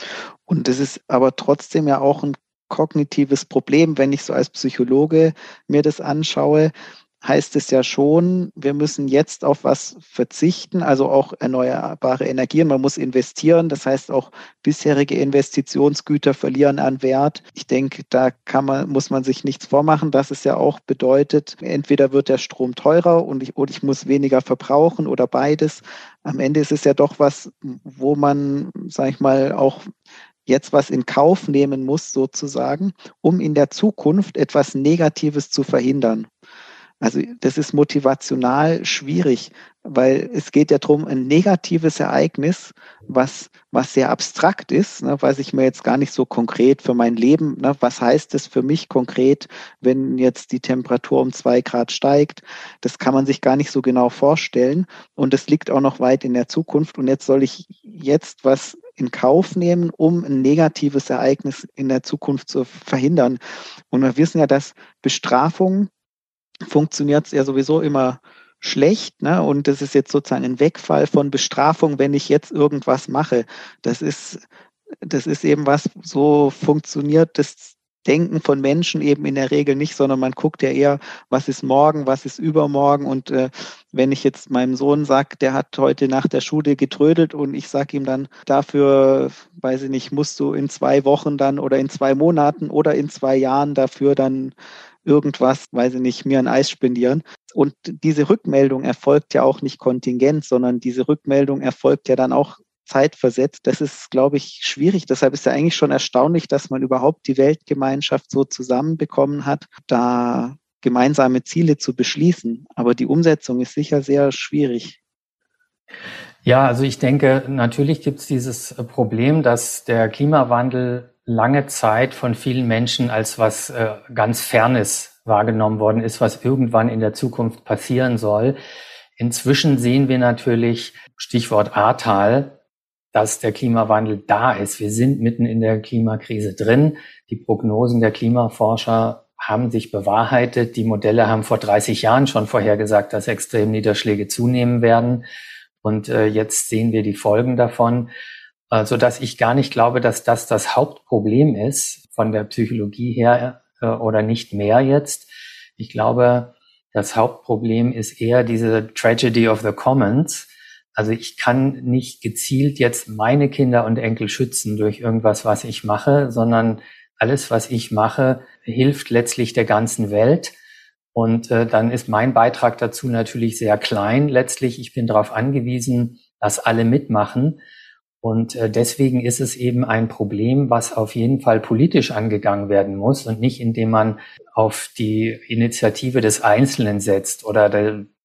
Und das ist aber trotzdem ja auch ein kognitives Problem, wenn ich so als Psychologe mir das anschaue, heißt es ja schon, wir müssen jetzt auf was verzichten, also auch erneuerbare Energien. Man muss investieren, das heißt auch bisherige Investitionsgüter verlieren an Wert. Ich denke, da kann man, muss man sich nichts vormachen, dass es ja auch bedeutet, entweder wird der Strom teurer und ich, oder ich muss weniger verbrauchen oder beides. Am Ende ist es ja doch was, wo man, sag ich mal, auch jetzt was in Kauf nehmen muss sozusagen, um in der Zukunft etwas Negatives zu verhindern. Also das ist motivational schwierig, weil es geht ja darum, ein negatives Ereignis, was, was sehr abstrakt ist, ne, was ich mir jetzt gar nicht so konkret für mein Leben, ne, was heißt es für mich konkret, wenn jetzt die Temperatur um zwei Grad steigt, das kann man sich gar nicht so genau vorstellen und das liegt auch noch weit in der Zukunft und jetzt soll ich jetzt was in Kauf nehmen, um ein negatives Ereignis in der Zukunft zu verhindern. Und wir wissen ja, dass Bestrafung funktioniert es ja sowieso immer schlecht, ne? Und das ist jetzt sozusagen ein Wegfall von Bestrafung, wenn ich jetzt irgendwas mache. Das ist, das ist eben was, so funktioniert das Denken von Menschen eben in der Regel nicht, sondern man guckt ja eher, was ist morgen, was ist übermorgen. Und äh, wenn ich jetzt meinem Sohn sage, der hat heute nach der Schule getrödelt und ich sage ihm dann, dafür, weiß ich nicht, musst du in zwei Wochen dann oder in zwei Monaten oder in zwei Jahren dafür dann irgendwas, weiß ich nicht, mir ein Eis spendieren. Und diese Rückmeldung erfolgt ja auch nicht kontingent, sondern diese Rückmeldung erfolgt ja dann auch zeitversetzt. Das ist, glaube ich, schwierig. Deshalb ist ja eigentlich schon erstaunlich, dass man überhaupt die Weltgemeinschaft so zusammenbekommen hat, da gemeinsame Ziele zu beschließen. Aber die Umsetzung ist sicher sehr schwierig. Ja, also ich denke, natürlich gibt es dieses Problem, dass der Klimawandel lange Zeit von vielen Menschen als was äh, ganz Fernes wahrgenommen worden ist, was irgendwann in der Zukunft passieren soll. Inzwischen sehen wir natürlich, Stichwort Ahrtal, dass der Klimawandel da ist. Wir sind mitten in der Klimakrise drin. Die Prognosen der Klimaforscher haben sich bewahrheitet. Die Modelle haben vor dreißig Jahren schon vorhergesagt, dass Extremniederschläge zunehmen werden. Und äh, jetzt sehen wir die Folgen davon, äh, sodass ich gar nicht glaube, dass das das Hauptproblem ist von der Psychologie her äh, oder nicht mehr jetzt. Ich glaube, das Hauptproblem ist eher diese Tragedy of the Commons. Also ich kann nicht gezielt jetzt meine Kinder und Enkel schützen durch irgendwas, was ich mache, sondern alles, was ich mache, hilft letztlich der ganzen Welt. Und äh, dann ist mein Beitrag dazu natürlich sehr klein. Letztlich, ich bin darauf angewiesen, dass alle mitmachen. Und äh, deswegen ist es eben ein Problem, was auf jeden Fall politisch angegangen werden muss und nicht, indem man auf die Initiative des Einzelnen setzt oder der,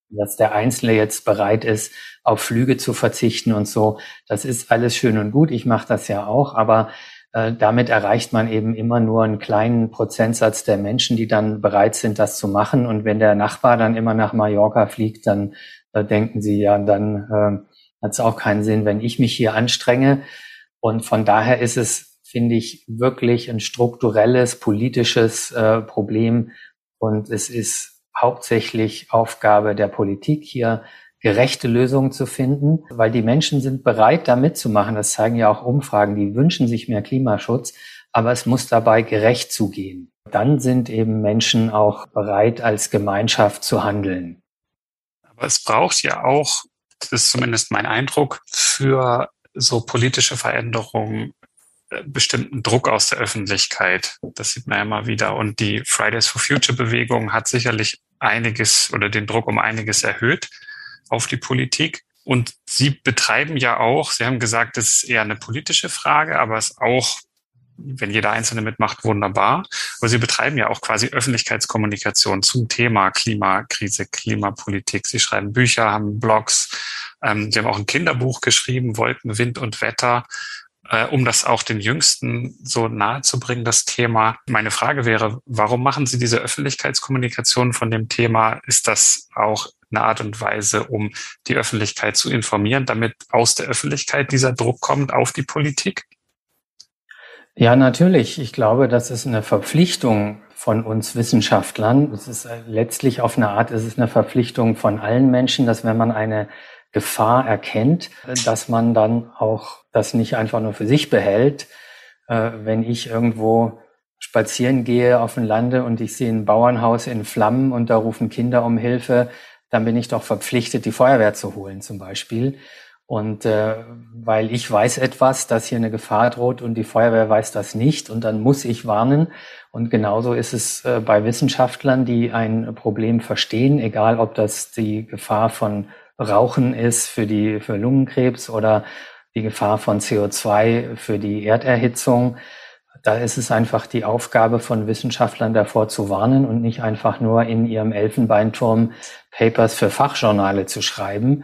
dass der Einzelne jetzt bereit ist, auf Flüge zu verzichten und so. Das ist alles schön und gut. Ich mache das ja auch, aber äh, damit erreicht man eben immer nur einen kleinen Prozentsatz der Menschen, die dann bereit sind, das zu machen. Und wenn der Nachbar dann immer nach Mallorca fliegt, dann äh, denken sie, ja, dann äh, hat es auch keinen Sinn, wenn ich mich hier anstrenge. Und von daher ist es, finde ich, wirklich ein strukturelles, politisches äh, Problem. Und es ist hauptsächlich Aufgabe der Politik, hier gerechte Lösungen zu finden, weil die Menschen sind bereit, da mitzumachen. Das zeigen ja auch Umfragen, die wünschen sich mehr Klimaschutz, aber es muss dabei gerecht zugehen. Dann sind eben Menschen auch bereit, als Gemeinschaft zu handeln. Aber es braucht ja auch, das ist zumindest mein Eindruck, für so politische Veränderungen bestimmten Druck aus der Öffentlichkeit. Das sieht man ja immer wieder. Und die Fridays for Future Bewegung hat sicherlich einiges oder den Druck um einiges erhöht auf die Politik. Und Sie betreiben ja auch, Sie haben gesagt, das ist eher eine politische Frage, aber es ist auch, wenn jeder Einzelne mitmacht, wunderbar. Aber Sie betreiben ja auch quasi Öffentlichkeitskommunikation zum Thema Klimakrise, Klimapolitik. Sie schreiben Bücher, haben Blogs. Ähm, Sie haben auch ein Kinderbuch geschrieben, Wolken, Wind und Wetter, äh, um das auch den Jüngsten so nahe zu bringen, das Thema. Meine Frage wäre, warum machen Sie diese Öffentlichkeitskommunikation von dem Thema? Ist das auch eine Art und Weise, um die Öffentlichkeit zu informieren, damit aus der Öffentlichkeit dieser Druck kommt auf die Politik? Ja, natürlich. Ich glaube, das ist eine Verpflichtung von uns Wissenschaftlern. Es ist letztlich auf eine Art, es ist eine Verpflichtung von allen Menschen, dass wenn man eine Gefahr erkennt, dass man dann auch das nicht einfach nur für sich behält. Wenn ich irgendwo spazieren gehe auf dem Lande und ich sehe ein Bauernhaus in Flammen und da rufen Kinder um Hilfe, dann bin ich doch verpflichtet, die Feuerwehr zu holen zum Beispiel. Und äh, weil ich weiß etwas, dass hier eine Gefahr droht und die Feuerwehr weiß das nicht und dann muss ich warnen. Und genauso ist es äh, bei Wissenschaftlern, die ein Problem verstehen, egal ob das die Gefahr von Rauchen ist für die für Lungenkrebs oder die Gefahr von C O zwei für die Erderhitzung. Da ist es einfach die Aufgabe von Wissenschaftlern davor zu warnen und nicht einfach nur in ihrem Elfenbeinturm Papers für Fachjournale zu schreiben,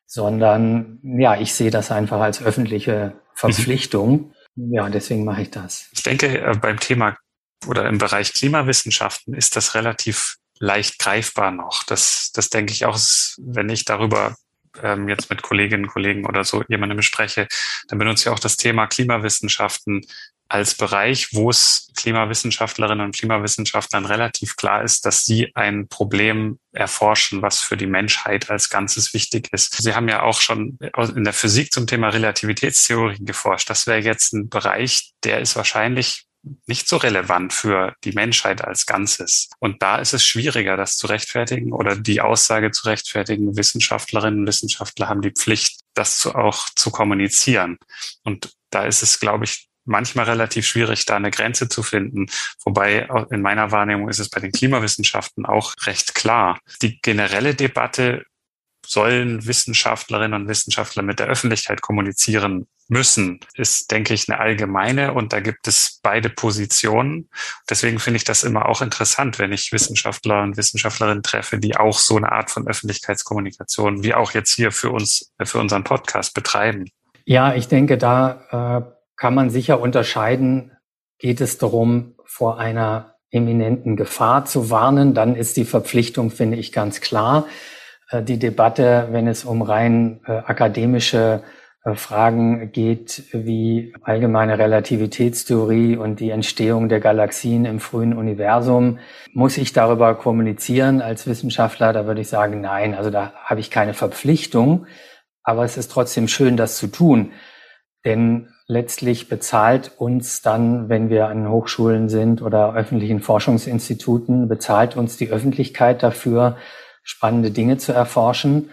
sondern ja, ich sehe das einfach als öffentliche Verpflichtung. Mhm. Ja, deswegen mache ich das. Ich denke, beim Thema oder im Bereich Klimawissenschaften ist das relativ leicht greifbar noch. Das, das denke ich auch, wenn ich darüber ähm, jetzt mit Kolleginnen und Kollegen oder so jemandem spreche, dann benutze ich auch das Thema Klimawissenschaften als Bereich, wo es Klimawissenschaftlerinnen und Klimawissenschaftlern relativ klar ist, dass sie ein Problem erforschen, was für die Menschheit als Ganzes wichtig ist. Sie haben ja auch schon in der Physik zum Thema Relativitätstheorie geforscht. Das wäre jetzt ein Bereich, der ist wahrscheinlich nicht so relevant für die Menschheit als Ganzes. Und da ist es schwieriger, das zu rechtfertigen oder die Aussage zu rechtfertigen. Wissenschaftlerinnen und Wissenschaftler haben die Pflicht, das zu, auch zu kommunizieren. Und da ist es, glaube ich, manchmal relativ schwierig, da eine Grenze zu finden. Wobei in meiner Wahrnehmung ist es bei den Klimawissenschaften auch recht klar. Die generelle Debatte, sollen Wissenschaftlerinnen und Wissenschaftler mit der Öffentlichkeit kommunizieren müssen, ist, denke ich, eine allgemeine und da gibt es beide Positionen. Deswegen finde ich das immer auch interessant, wenn ich Wissenschaftler und Wissenschaftlerinnen treffe, die auch so eine Art von Öffentlichkeitskommunikation wie auch jetzt hier für uns, für unseren Podcast betreiben. Ja, ich denke, da äh, kann man sicher unterscheiden, geht es darum, vor einer eminenten Gefahr zu warnen, dann ist die Verpflichtung, finde ich, ganz klar. Äh, die Debatte, wenn es um rein äh, akademische äh, Fragen geht, wie allgemeine Relativitätstheorie und die Entstehung der Galaxien im frühen Universum, muss ich darüber kommunizieren als Wissenschaftler? Da würde ich sagen, nein, also da habe ich keine Verpflichtung, aber es ist trotzdem schön, das zu tun, denn letztlich bezahlt uns dann, wenn wir an Hochschulen sind oder öffentlichen Forschungsinstituten, bezahlt uns die Öffentlichkeit dafür, spannende Dinge zu erforschen.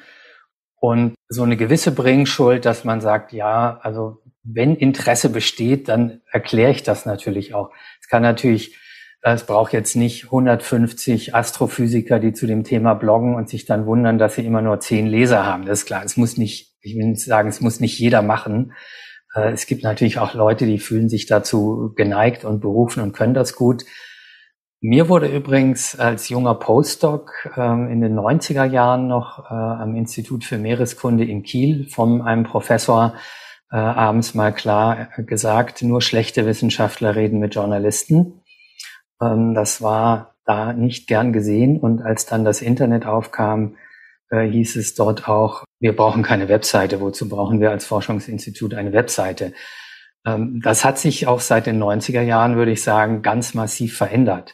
Und so eine gewisse Bringschuld, dass man sagt, ja, also wenn Interesse besteht, dann erkläre ich das natürlich auch. Es kann natürlich, es braucht jetzt nicht hundertfünfzig Astrophysiker, die zu dem Thema bloggen und sich dann wundern, dass sie immer nur zehn Leser haben. Das ist klar, es muss nicht, ich will nicht sagen, es muss nicht jeder machen. Es gibt natürlich auch Leute, die fühlen sich dazu geneigt und berufen und können das gut. Mir wurde übrigens als junger Postdoc ähm, in den neunziger Jahren noch äh, am Institut für Meereskunde in Kiel von einem Professor äh, abends mal klar gesagt, nur schlechte Wissenschaftler reden mit Journalisten. Ähm, das war da nicht gern gesehen. Und als dann das Internet aufkam, äh, hieß es dort auch, wir brauchen keine Webseite. Wozu brauchen wir als Forschungsinstitut eine Webseite? Ähm, das hat sich auch seit den neunziger Jahren, würde ich sagen, ganz massiv verändert.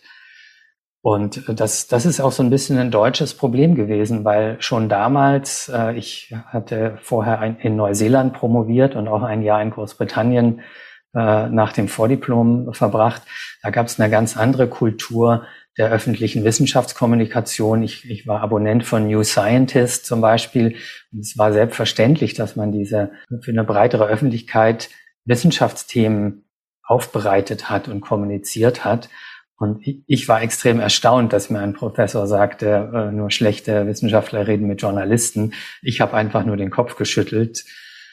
Und das, das ist auch so ein bisschen ein deutsches Problem gewesen, weil schon damals, äh, ich hatte vorher ein, in Neuseeland promoviert und auch ein Jahr in Großbritannien äh, nach dem Vordiplom verbracht. Da gab es eine ganz andere Kultur der öffentlichen Wissenschaftskommunikation. Ich, ich war Abonnent von New Scientist zum Beispiel. Und es war selbstverständlich, dass man diese für eine breitere Öffentlichkeit Wissenschaftsthemen aufbereitet hat und kommuniziert hat. Und ich war extrem erstaunt, dass mir ein Professor sagte, nur schlechte Wissenschaftler reden mit Journalisten. Ich habe einfach nur den Kopf geschüttelt.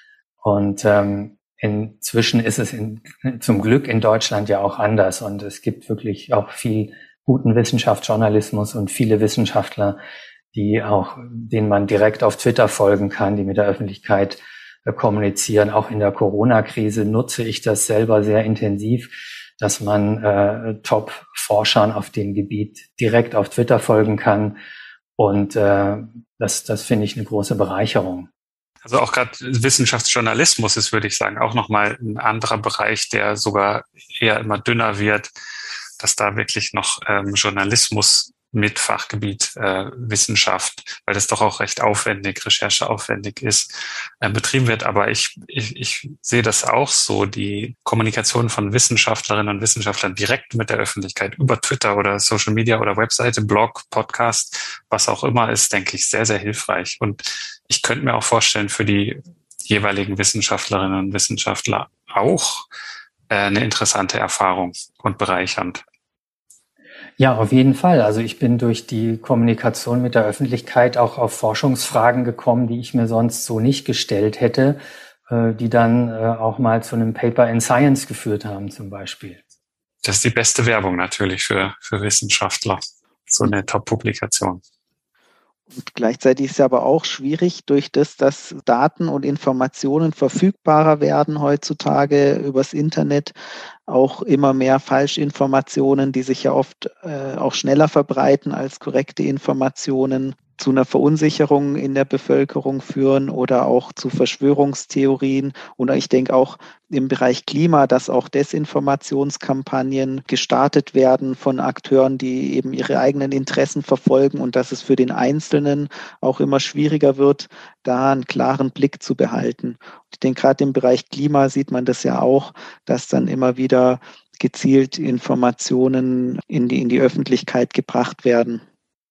Und ähm, inzwischen ist es in, zum Glück in Deutschland ja auch anders. Und es gibt wirklich auch viel guten Wissenschaftsjournalismus und viele Wissenschaftler, die auch, denen man direkt auf Twitter folgen kann, die mit der Öffentlichkeit äh, kommunizieren. Auch in der Corona-Krise nutze ich das selber sehr intensiv, dass man äh, Top-Forschern auf dem Gebiet direkt auf Twitter folgen kann. Und äh, das, das finde ich eine große Bereicherung. Also auch gerade Wissenschaftsjournalismus ist, würde ich sagen, auch nochmal ein anderer Bereich, der sogar eher immer dünner wird, dass da wirklich noch ähm, Journalismus mit Fachgebiet äh, Wissenschaft, weil das doch auch recht aufwendig, rechercheaufwendig ist, äh, betrieben wird. Aber ich, ich, ich sehe das auch so, die Kommunikation von Wissenschaftlerinnen und Wissenschaftlern direkt mit der Öffentlichkeit über Twitter oder Social Media oder Webseite, Blog, Podcast, was auch immer ist, denke ich, sehr, sehr hilfreich. Und ich könnte mir auch vorstellen, für die jeweiligen Wissenschaftlerinnen und Wissenschaftler auch äh, eine interessante Erfahrung und bereichernd. Ja, auf jeden Fall. Also ich bin durch die Kommunikation mit der Öffentlichkeit auch auf Forschungsfragen gekommen, die ich mir sonst so nicht gestellt hätte, äh, die dann äh, auch mal zu einem Paper in Science geführt haben zum Beispiel. Das ist die beste Werbung natürlich für, für Wissenschaftler, so eine Top-Publikation. Und gleichzeitig ist es aber auch schwierig, durch das, dass Daten und Informationen verfügbarer werden heutzutage übers Internet, auch immer mehr Falschinformationen, die sich ja oft äh, auch schneller verbreiten als korrekte Informationen, zu einer Verunsicherung in der Bevölkerung führen oder auch zu Verschwörungstheorien. Und ich denke auch im Bereich Klima, dass auch Desinformationskampagnen gestartet werden von Akteuren, die eben ihre eigenen Interessen verfolgen und dass es für den Einzelnen auch immer schwieriger wird, da einen klaren Blick zu behalten. Ich denke, gerade im Bereich Klima sieht man das ja auch, dass dann immer wieder gezielt Informationen in die, in die Öffentlichkeit gebracht werden.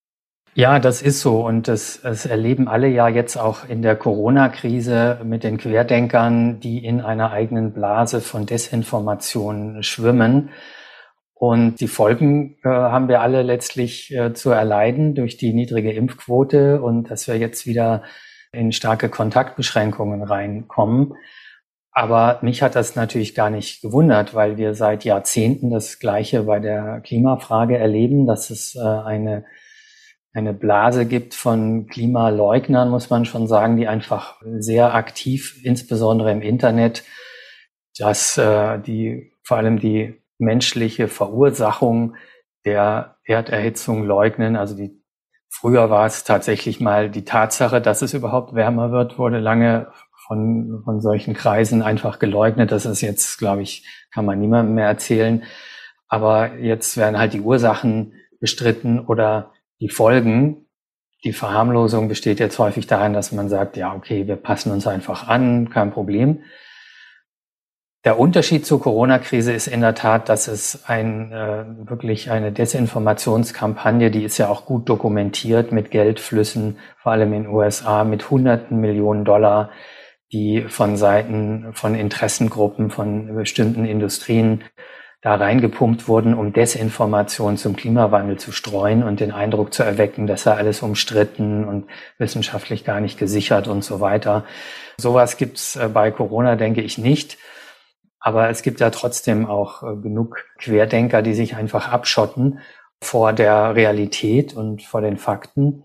Ja, das ist so und das, das erleben alle ja jetzt auch in der Corona-Krise mit den Querdenkern, die in einer eigenen Blase von Desinformation schwimmen. Und die Folgen äh, haben wir alle letztlich äh, zu erleiden durch die niedrige Impfquote und dass wir jetzt wieder in starke Kontaktbeschränkungen reinkommen. Aber mich hat das natürlich gar nicht gewundert, weil wir seit Jahrzehnten das Gleiche bei der Klimafrage erleben, dass es äh, eine eine Blase gibt von Klimaleugnern, muss man schon sagen, die einfach sehr aktiv, insbesondere im Internet, dass äh, die vor allem die menschliche Verursachung der Erderhitzung leugnen. Also die früher war es tatsächlich mal die Tatsache, dass es überhaupt wärmer wird, wurde lange von von solchen Kreisen einfach geleugnet. Das ist jetzt, glaube ich, kann man niemandem mehr erzählen. Aber jetzt werden halt die Ursachen bestritten oder die Folgen. Die Verharmlosung besteht jetzt häufig darin, dass man sagt, ja, okay, wir passen uns einfach an, kein Problem. Der Unterschied zur Corona-Krise ist in der Tat, dass es ein äh, wirklich eine Desinformationskampagne, die ist ja auch gut dokumentiert mit Geldflüssen, vor allem in den U S A, mit hunderten Millionen Dollar, die von Seiten von Interessengruppen, von bestimmten Industrien da reingepumpt wurden, um Desinformation zum Klimawandel zu streuen und den Eindruck zu erwecken, dass er alles umstritten und wissenschaftlich gar nicht gesichert und so weiter. Sowas gibt's bei Corona, denke ich, nicht. Aber es gibt ja trotzdem auch genug Querdenker, die sich einfach abschotten vor der Realität und vor den Fakten.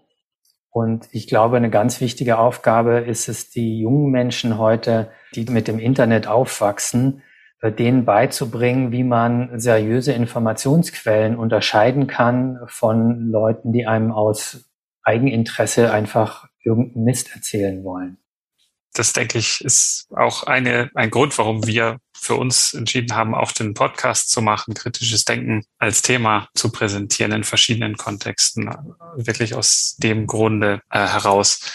Und ich glaube, eine ganz wichtige Aufgabe ist es, die jungen Menschen heute, die mit dem Internet aufwachsen, denen beizubringen, wie man seriöse Informationsquellen unterscheiden kann von Leuten, die einem aus Eigeninteresse einfach irgendeinen Mist erzählen wollen. Das, denke ich, ist auch eine, ein Grund, warum wir für uns entschieden haben, auch den Podcast zu machen, kritisches Denken als Thema zu präsentieren in verschiedenen Kontexten, wirklich aus dem Grunde äh, heraus.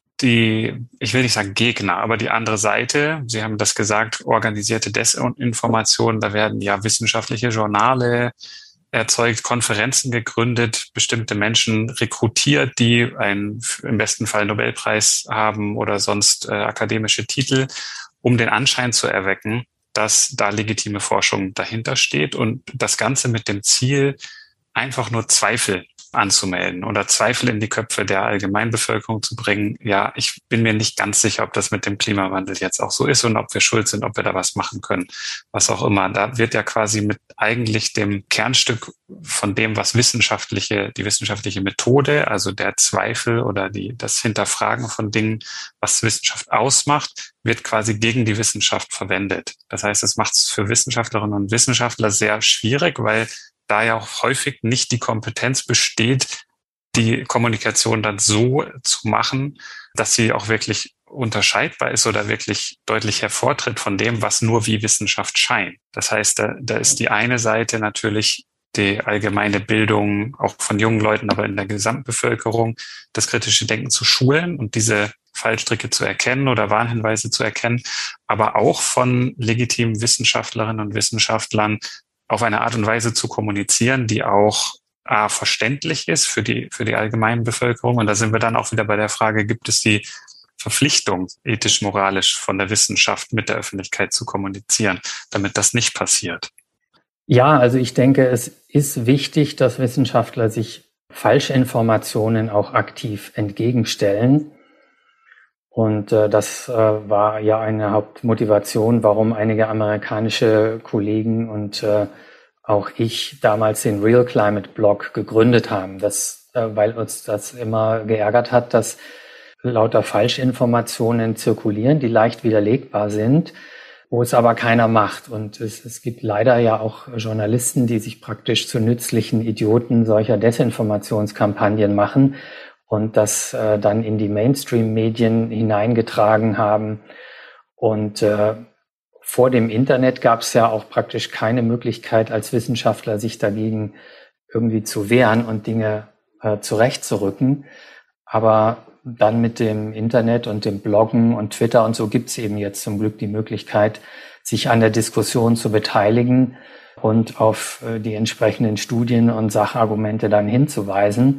Die, ich will nicht sagen Gegner, aber die andere Seite, Sie haben das gesagt, organisierte Desinformation, da werden ja wissenschaftliche Journale erzeugt, Konferenzen gegründet, bestimmte Menschen rekrutiert, die einen im besten Fall Nobelpreis haben oder sonst äh, akademische Titel, um den Anschein zu erwecken, dass da legitime Forschung dahinter steht und das Ganze mit dem Ziel, einfach nur Zweifel anzumelden oder Zweifel in die Köpfe der Allgemeinbevölkerung zu bringen. Ja, ich bin mir nicht ganz sicher, ob das mit dem Klimawandel jetzt auch so ist und ob wir schuld sind, ob wir da was machen können, was auch immer. Da wird ja quasi mit eigentlich dem Kernstück von dem, was wissenschaftliche, die wissenschaftliche Methode, also der Zweifel oder die, das Hinterfragen von Dingen, was Wissenschaft ausmacht, wird quasi gegen die Wissenschaft verwendet. Das heißt, es macht es für Wissenschaftlerinnen und Wissenschaftler sehr schwierig, weil da ja auch häufig nicht die Kompetenz besteht, die Kommunikation dann so zu machen, dass sie auch wirklich unterscheidbar ist oder wirklich deutlich hervortritt von dem, was nur wie Wissenschaft scheint. Das heißt, da, da ist die eine Seite natürlich die allgemeine Bildung auch von jungen Leuten, aber in der Gesamtbevölkerung, das kritische Denken zu schulen und diese Fallstricke zu erkennen oder Warnhinweise zu erkennen, aber auch von legitimen Wissenschaftlerinnen und Wissenschaftlern auf eine Art und Weise zu kommunizieren, die auch A, verständlich ist für die, für die allgemeine Bevölkerung. Und da sind wir dann auch wieder bei der Frage, gibt es die Verpflichtung, ethisch-moralisch von der Wissenschaft mit der Öffentlichkeit zu kommunizieren, damit das nicht passiert? Ja, also ich denke, es ist wichtig, dass Wissenschaftler sich Falschinformationen auch aktiv entgegenstellen. Und äh, das äh, war ja eine Hauptmotivation, warum einige amerikanische Kollegen und äh, auch ich damals den Real Climate Blog gegründet haben. Das, äh, weil uns das immer geärgert hat, dass lauter Falschinformationen zirkulieren, die leicht widerlegbar sind, wo es aber keiner macht. Und es, es gibt leider ja auch Journalisten, die sich praktisch zu nützlichen Idioten solcher Desinformationskampagnen machen und das äh, dann in die Mainstream-Medien hineingetragen haben. Und äh, vor dem Internet gab es ja auch praktisch keine Möglichkeit als Wissenschaftler, sich dagegen irgendwie zu wehren und Dinge äh, zurechtzurücken. Aber dann mit dem Internet und dem Bloggen und Twitter und so gibt es eben jetzt zum Glück die Möglichkeit, sich an der Diskussion zu beteiligen und auf äh, die entsprechenden Studien und Sachargumente dann hinzuweisen.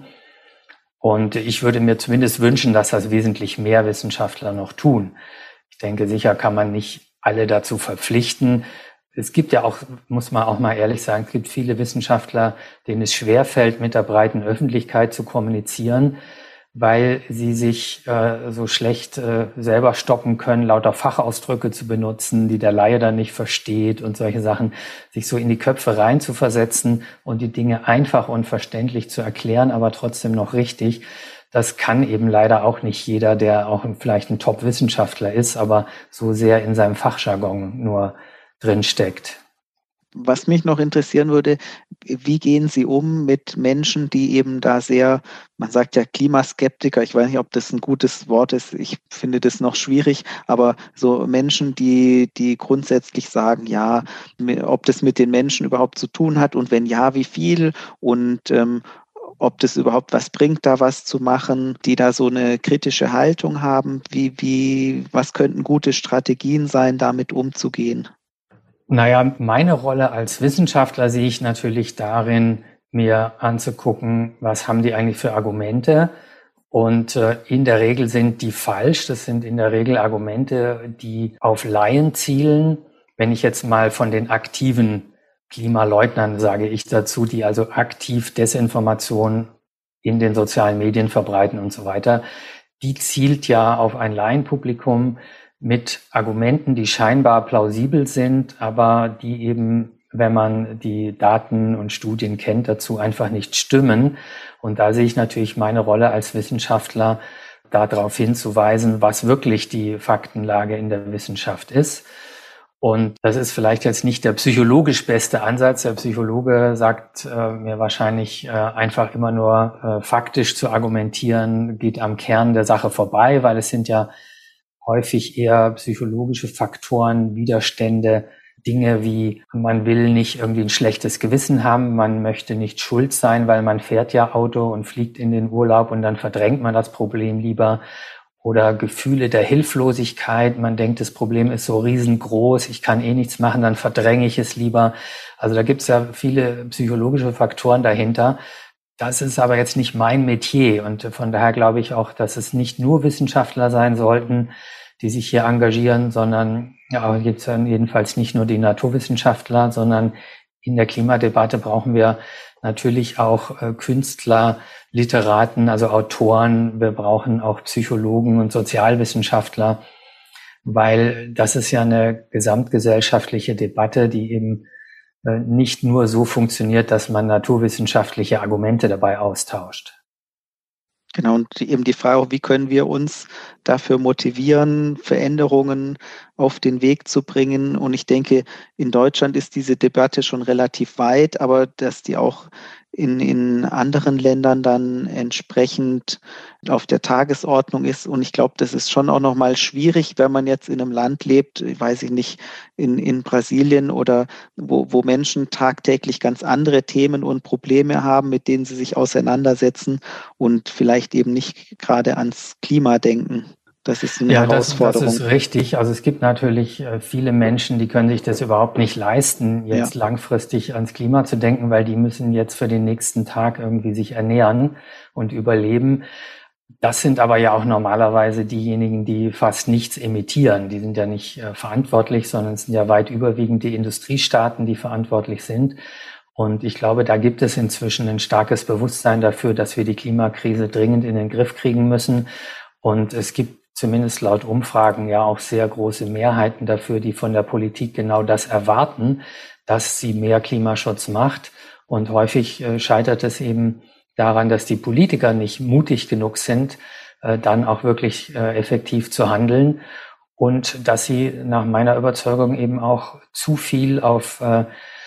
Und ich würde mir zumindest wünschen, dass das wesentlich mehr Wissenschaftler noch tun. Ich denke, sicher kann man nicht alle dazu verpflichten. Es gibt ja auch, muss man auch mal ehrlich sagen, es gibt viele Wissenschaftler, denen es schwerfällt, mit der breiten Öffentlichkeit zu kommunizieren, weil sie sich äh, so schlecht äh, selber stoppen können, lauter Fachausdrücke zu benutzen, die der Laie dann nicht versteht und solche Sachen, sich so in die Köpfe rein zu versetzen und die Dinge einfach und verständlich zu erklären, aber trotzdem noch richtig. Das kann eben leider auch nicht jeder, der auch vielleicht ein Top-Wissenschaftler ist, aber so sehr in seinem Fachjargon nur drin steckt. Was mich noch interessieren würde, wie gehen Sie um mit Menschen, die eben da sehr, man sagt ja Klimaskeptiker, ich weiß nicht, ob das ein gutes Wort ist, ich finde das noch schwierig, aber so Menschen, die, die grundsätzlich sagen, ja, ob das mit den Menschen überhaupt zu tun hat und wenn ja, wie viel und ähm, ob das überhaupt was bringt, da was zu machen, die da so eine kritische Haltung haben, wie, wie, was könnten gute Strategien sein, damit umzugehen? Naja, meine Rolle als Wissenschaftler sehe ich natürlich darin, mir anzugucken, was haben die eigentlich für Argumente. Und äh, in der Regel sind die falsch. Das sind in der Regel Argumente, die auf Laien zielen. Wenn ich jetzt mal von den aktiven Klimaleugnern sage ich dazu, die also aktiv Desinformation in den sozialen Medien verbreiten und so weiter, die zielt ja auf ein Laienpublikum mit Argumenten, die scheinbar plausibel sind, aber die eben wenn man die Daten und Studien kennt, dazu einfach nicht stimmen. Und da sehe ich natürlich meine Rolle als Wissenschaftler, darauf hinzuweisen, was wirklich die Faktenlage in der Wissenschaft ist. Und das ist vielleicht jetzt nicht der psychologisch beste Ansatz. Der Psychologe sagt äh, mir wahrscheinlich, äh, einfach immer nur äh, faktisch zu argumentieren, geht am Kern der Sache vorbei, weil es sind ja häufig eher psychologische Faktoren, Widerstände, Dinge wie, man will nicht irgendwie ein schlechtes Gewissen haben, man möchte nicht schuld sein, weil man fährt ja Auto und fliegt in den Urlaub und dann verdrängt man das Problem lieber. Oder Gefühle der Hilflosigkeit, man denkt, das Problem ist so riesengroß, ich kann eh nichts machen, dann verdränge ich es lieber. Also da gibt es ja viele psychologische Faktoren dahinter. Das ist aber jetzt nicht mein Metier und von daher glaube ich auch, dass es nicht nur Wissenschaftler sein sollten, die sich hier engagieren, sondern ja, gibt es dann jedenfalls nicht nur die Naturwissenschaftler, sondern in der Klimadebatte brauchen wir natürlich auch äh, Künstler, Literaten, also Autoren. Wir brauchen auch Psychologen und Sozialwissenschaftler, weil das ist ja eine gesamtgesellschaftliche Debatte, die eben äh, nicht nur so funktioniert, dass man naturwissenschaftliche Argumente dabei austauscht. Genau, und eben die Frage, wie können wir uns dafür motivieren, Veränderungen auf den Weg zu bringen. Und ich denke, in Deutschland ist diese Debatte schon relativ weit, aber dass die auch in, in anderen Ländern dann entsprechend auf der Tagesordnung ist. Und ich glaube, das ist schon auch nochmal schwierig, wenn man jetzt in einem Land lebt, weiß ich nicht, in, in Brasilien oder wo, wo Menschen tagtäglich ganz andere Themen und Probleme haben, mit denen sie sich auseinandersetzen und vielleicht eben nicht gerade ans Klima denken. Das ist eine ja, Herausforderung. Das, das ist richtig. Also es gibt natürlich viele Menschen, die können sich das überhaupt nicht leisten, jetzt ja. langfristig ans Klima zu denken, weil die müssen jetzt für den nächsten Tag irgendwie sich ernähren und überleben. Das sind aber ja auch normalerweise diejenigen, die fast nichts emittieren. Die sind ja nicht äh, verantwortlich, sondern es sind ja weit überwiegend die Industriestaaten, die verantwortlich sind. Und ich glaube, da gibt es inzwischen ein starkes Bewusstsein dafür, dass wir die Klimakrise dringend in den Griff kriegen müssen. Und es gibt zumindest laut Umfragen ja auch sehr große Mehrheiten dafür, die von der Politik genau das erwarten, dass sie mehr Klimaschutz macht. Und häufig äh, scheitert es eben daran, dass die Politiker nicht mutig genug sind, äh, dann auch wirklich äh, effektiv zu handeln und dass sie nach meiner Überzeugung eben auch zu viel auf äh,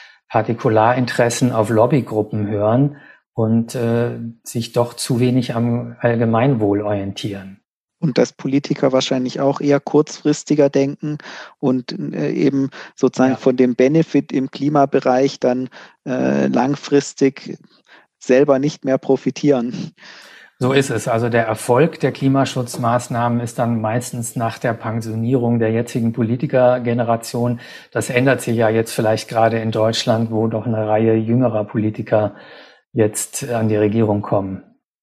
Partikularinteressen, auf Lobbygruppen hören und äh, sich doch zu wenig am Allgemeinwohl orientieren. Und dass Politiker wahrscheinlich auch eher kurzfristiger denken und äh, eben sozusagen ja. von dem Benefit im Klimabereich dann äh, langfristig selber nicht mehr profitieren. So ist es. Also der Erfolg der Klimaschutzmaßnahmen ist dann meistens nach der Pensionierung der jetzigen Politikergeneration. Das ändert sich ja jetzt vielleicht gerade in Deutschland, wo doch eine Reihe jüngerer Politiker jetzt an die Regierung kommen.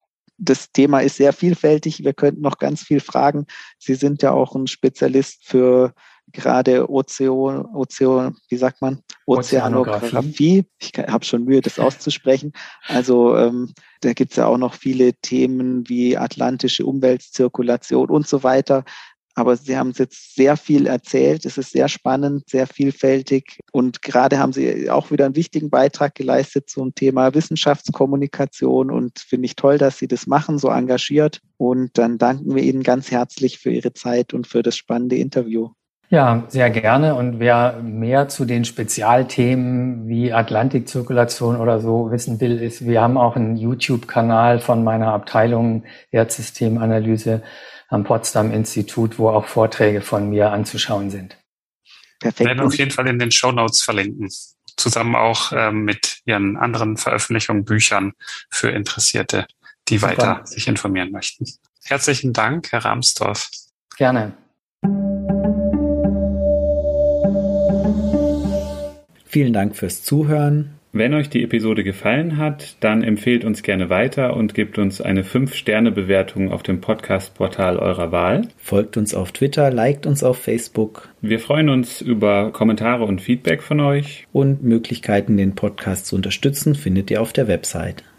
Das Thema ist sehr vielfältig. Wir könnten noch ganz viel fragen. Sie sind ja auch ein Spezialist für gerade Ozean, Ozean, wie sagt man? Ozeanographie. Ich habe schon Mühe, das auszusprechen. Also ähm, da gibt es ja auch noch viele Themen wie atlantische Umweltzirkulation und so weiter. Aber Sie haben jetzt sehr viel erzählt. Es ist sehr spannend, sehr vielfältig. Und gerade haben Sie auch wieder einen wichtigen Beitrag geleistet zum Thema Wissenschaftskommunikation. Und finde ich toll, dass Sie das machen, so engagiert. Und dann danken wir Ihnen ganz herzlich für Ihre Zeit und für das spannende Interview. Ja, sehr gerne. Und wer mehr zu den Spezialthemen wie Atlantikzirkulation oder so wissen will, ist, wir haben auch einen YouTube-Kanal von meiner Abteilung Erdsystemanalyse am Potsdam-Institut, wo auch Vorträge von mir anzuschauen sind. Perfekt. Wir werden auf jeden Fall in den Shownotes verlinken. Zusammen auch ähm, mit Ihren anderen Veröffentlichungen, Büchern für Interessierte, die Super. weiter sich informieren möchten. Herzlichen Dank, Herr Rahmstorf. Gerne. Vielen Dank fürs Zuhören. Wenn euch die Episode gefallen hat, dann empfehlt uns gerne weiter und gebt uns eine fünf Sterne Bewertung auf dem Podcast-Portal eurer Wahl. Folgt uns auf Twitter, liked uns auf Facebook. Wir freuen uns über Kommentare und Feedback von euch. Und Möglichkeiten, den Podcast zu unterstützen, findet ihr auf der Website.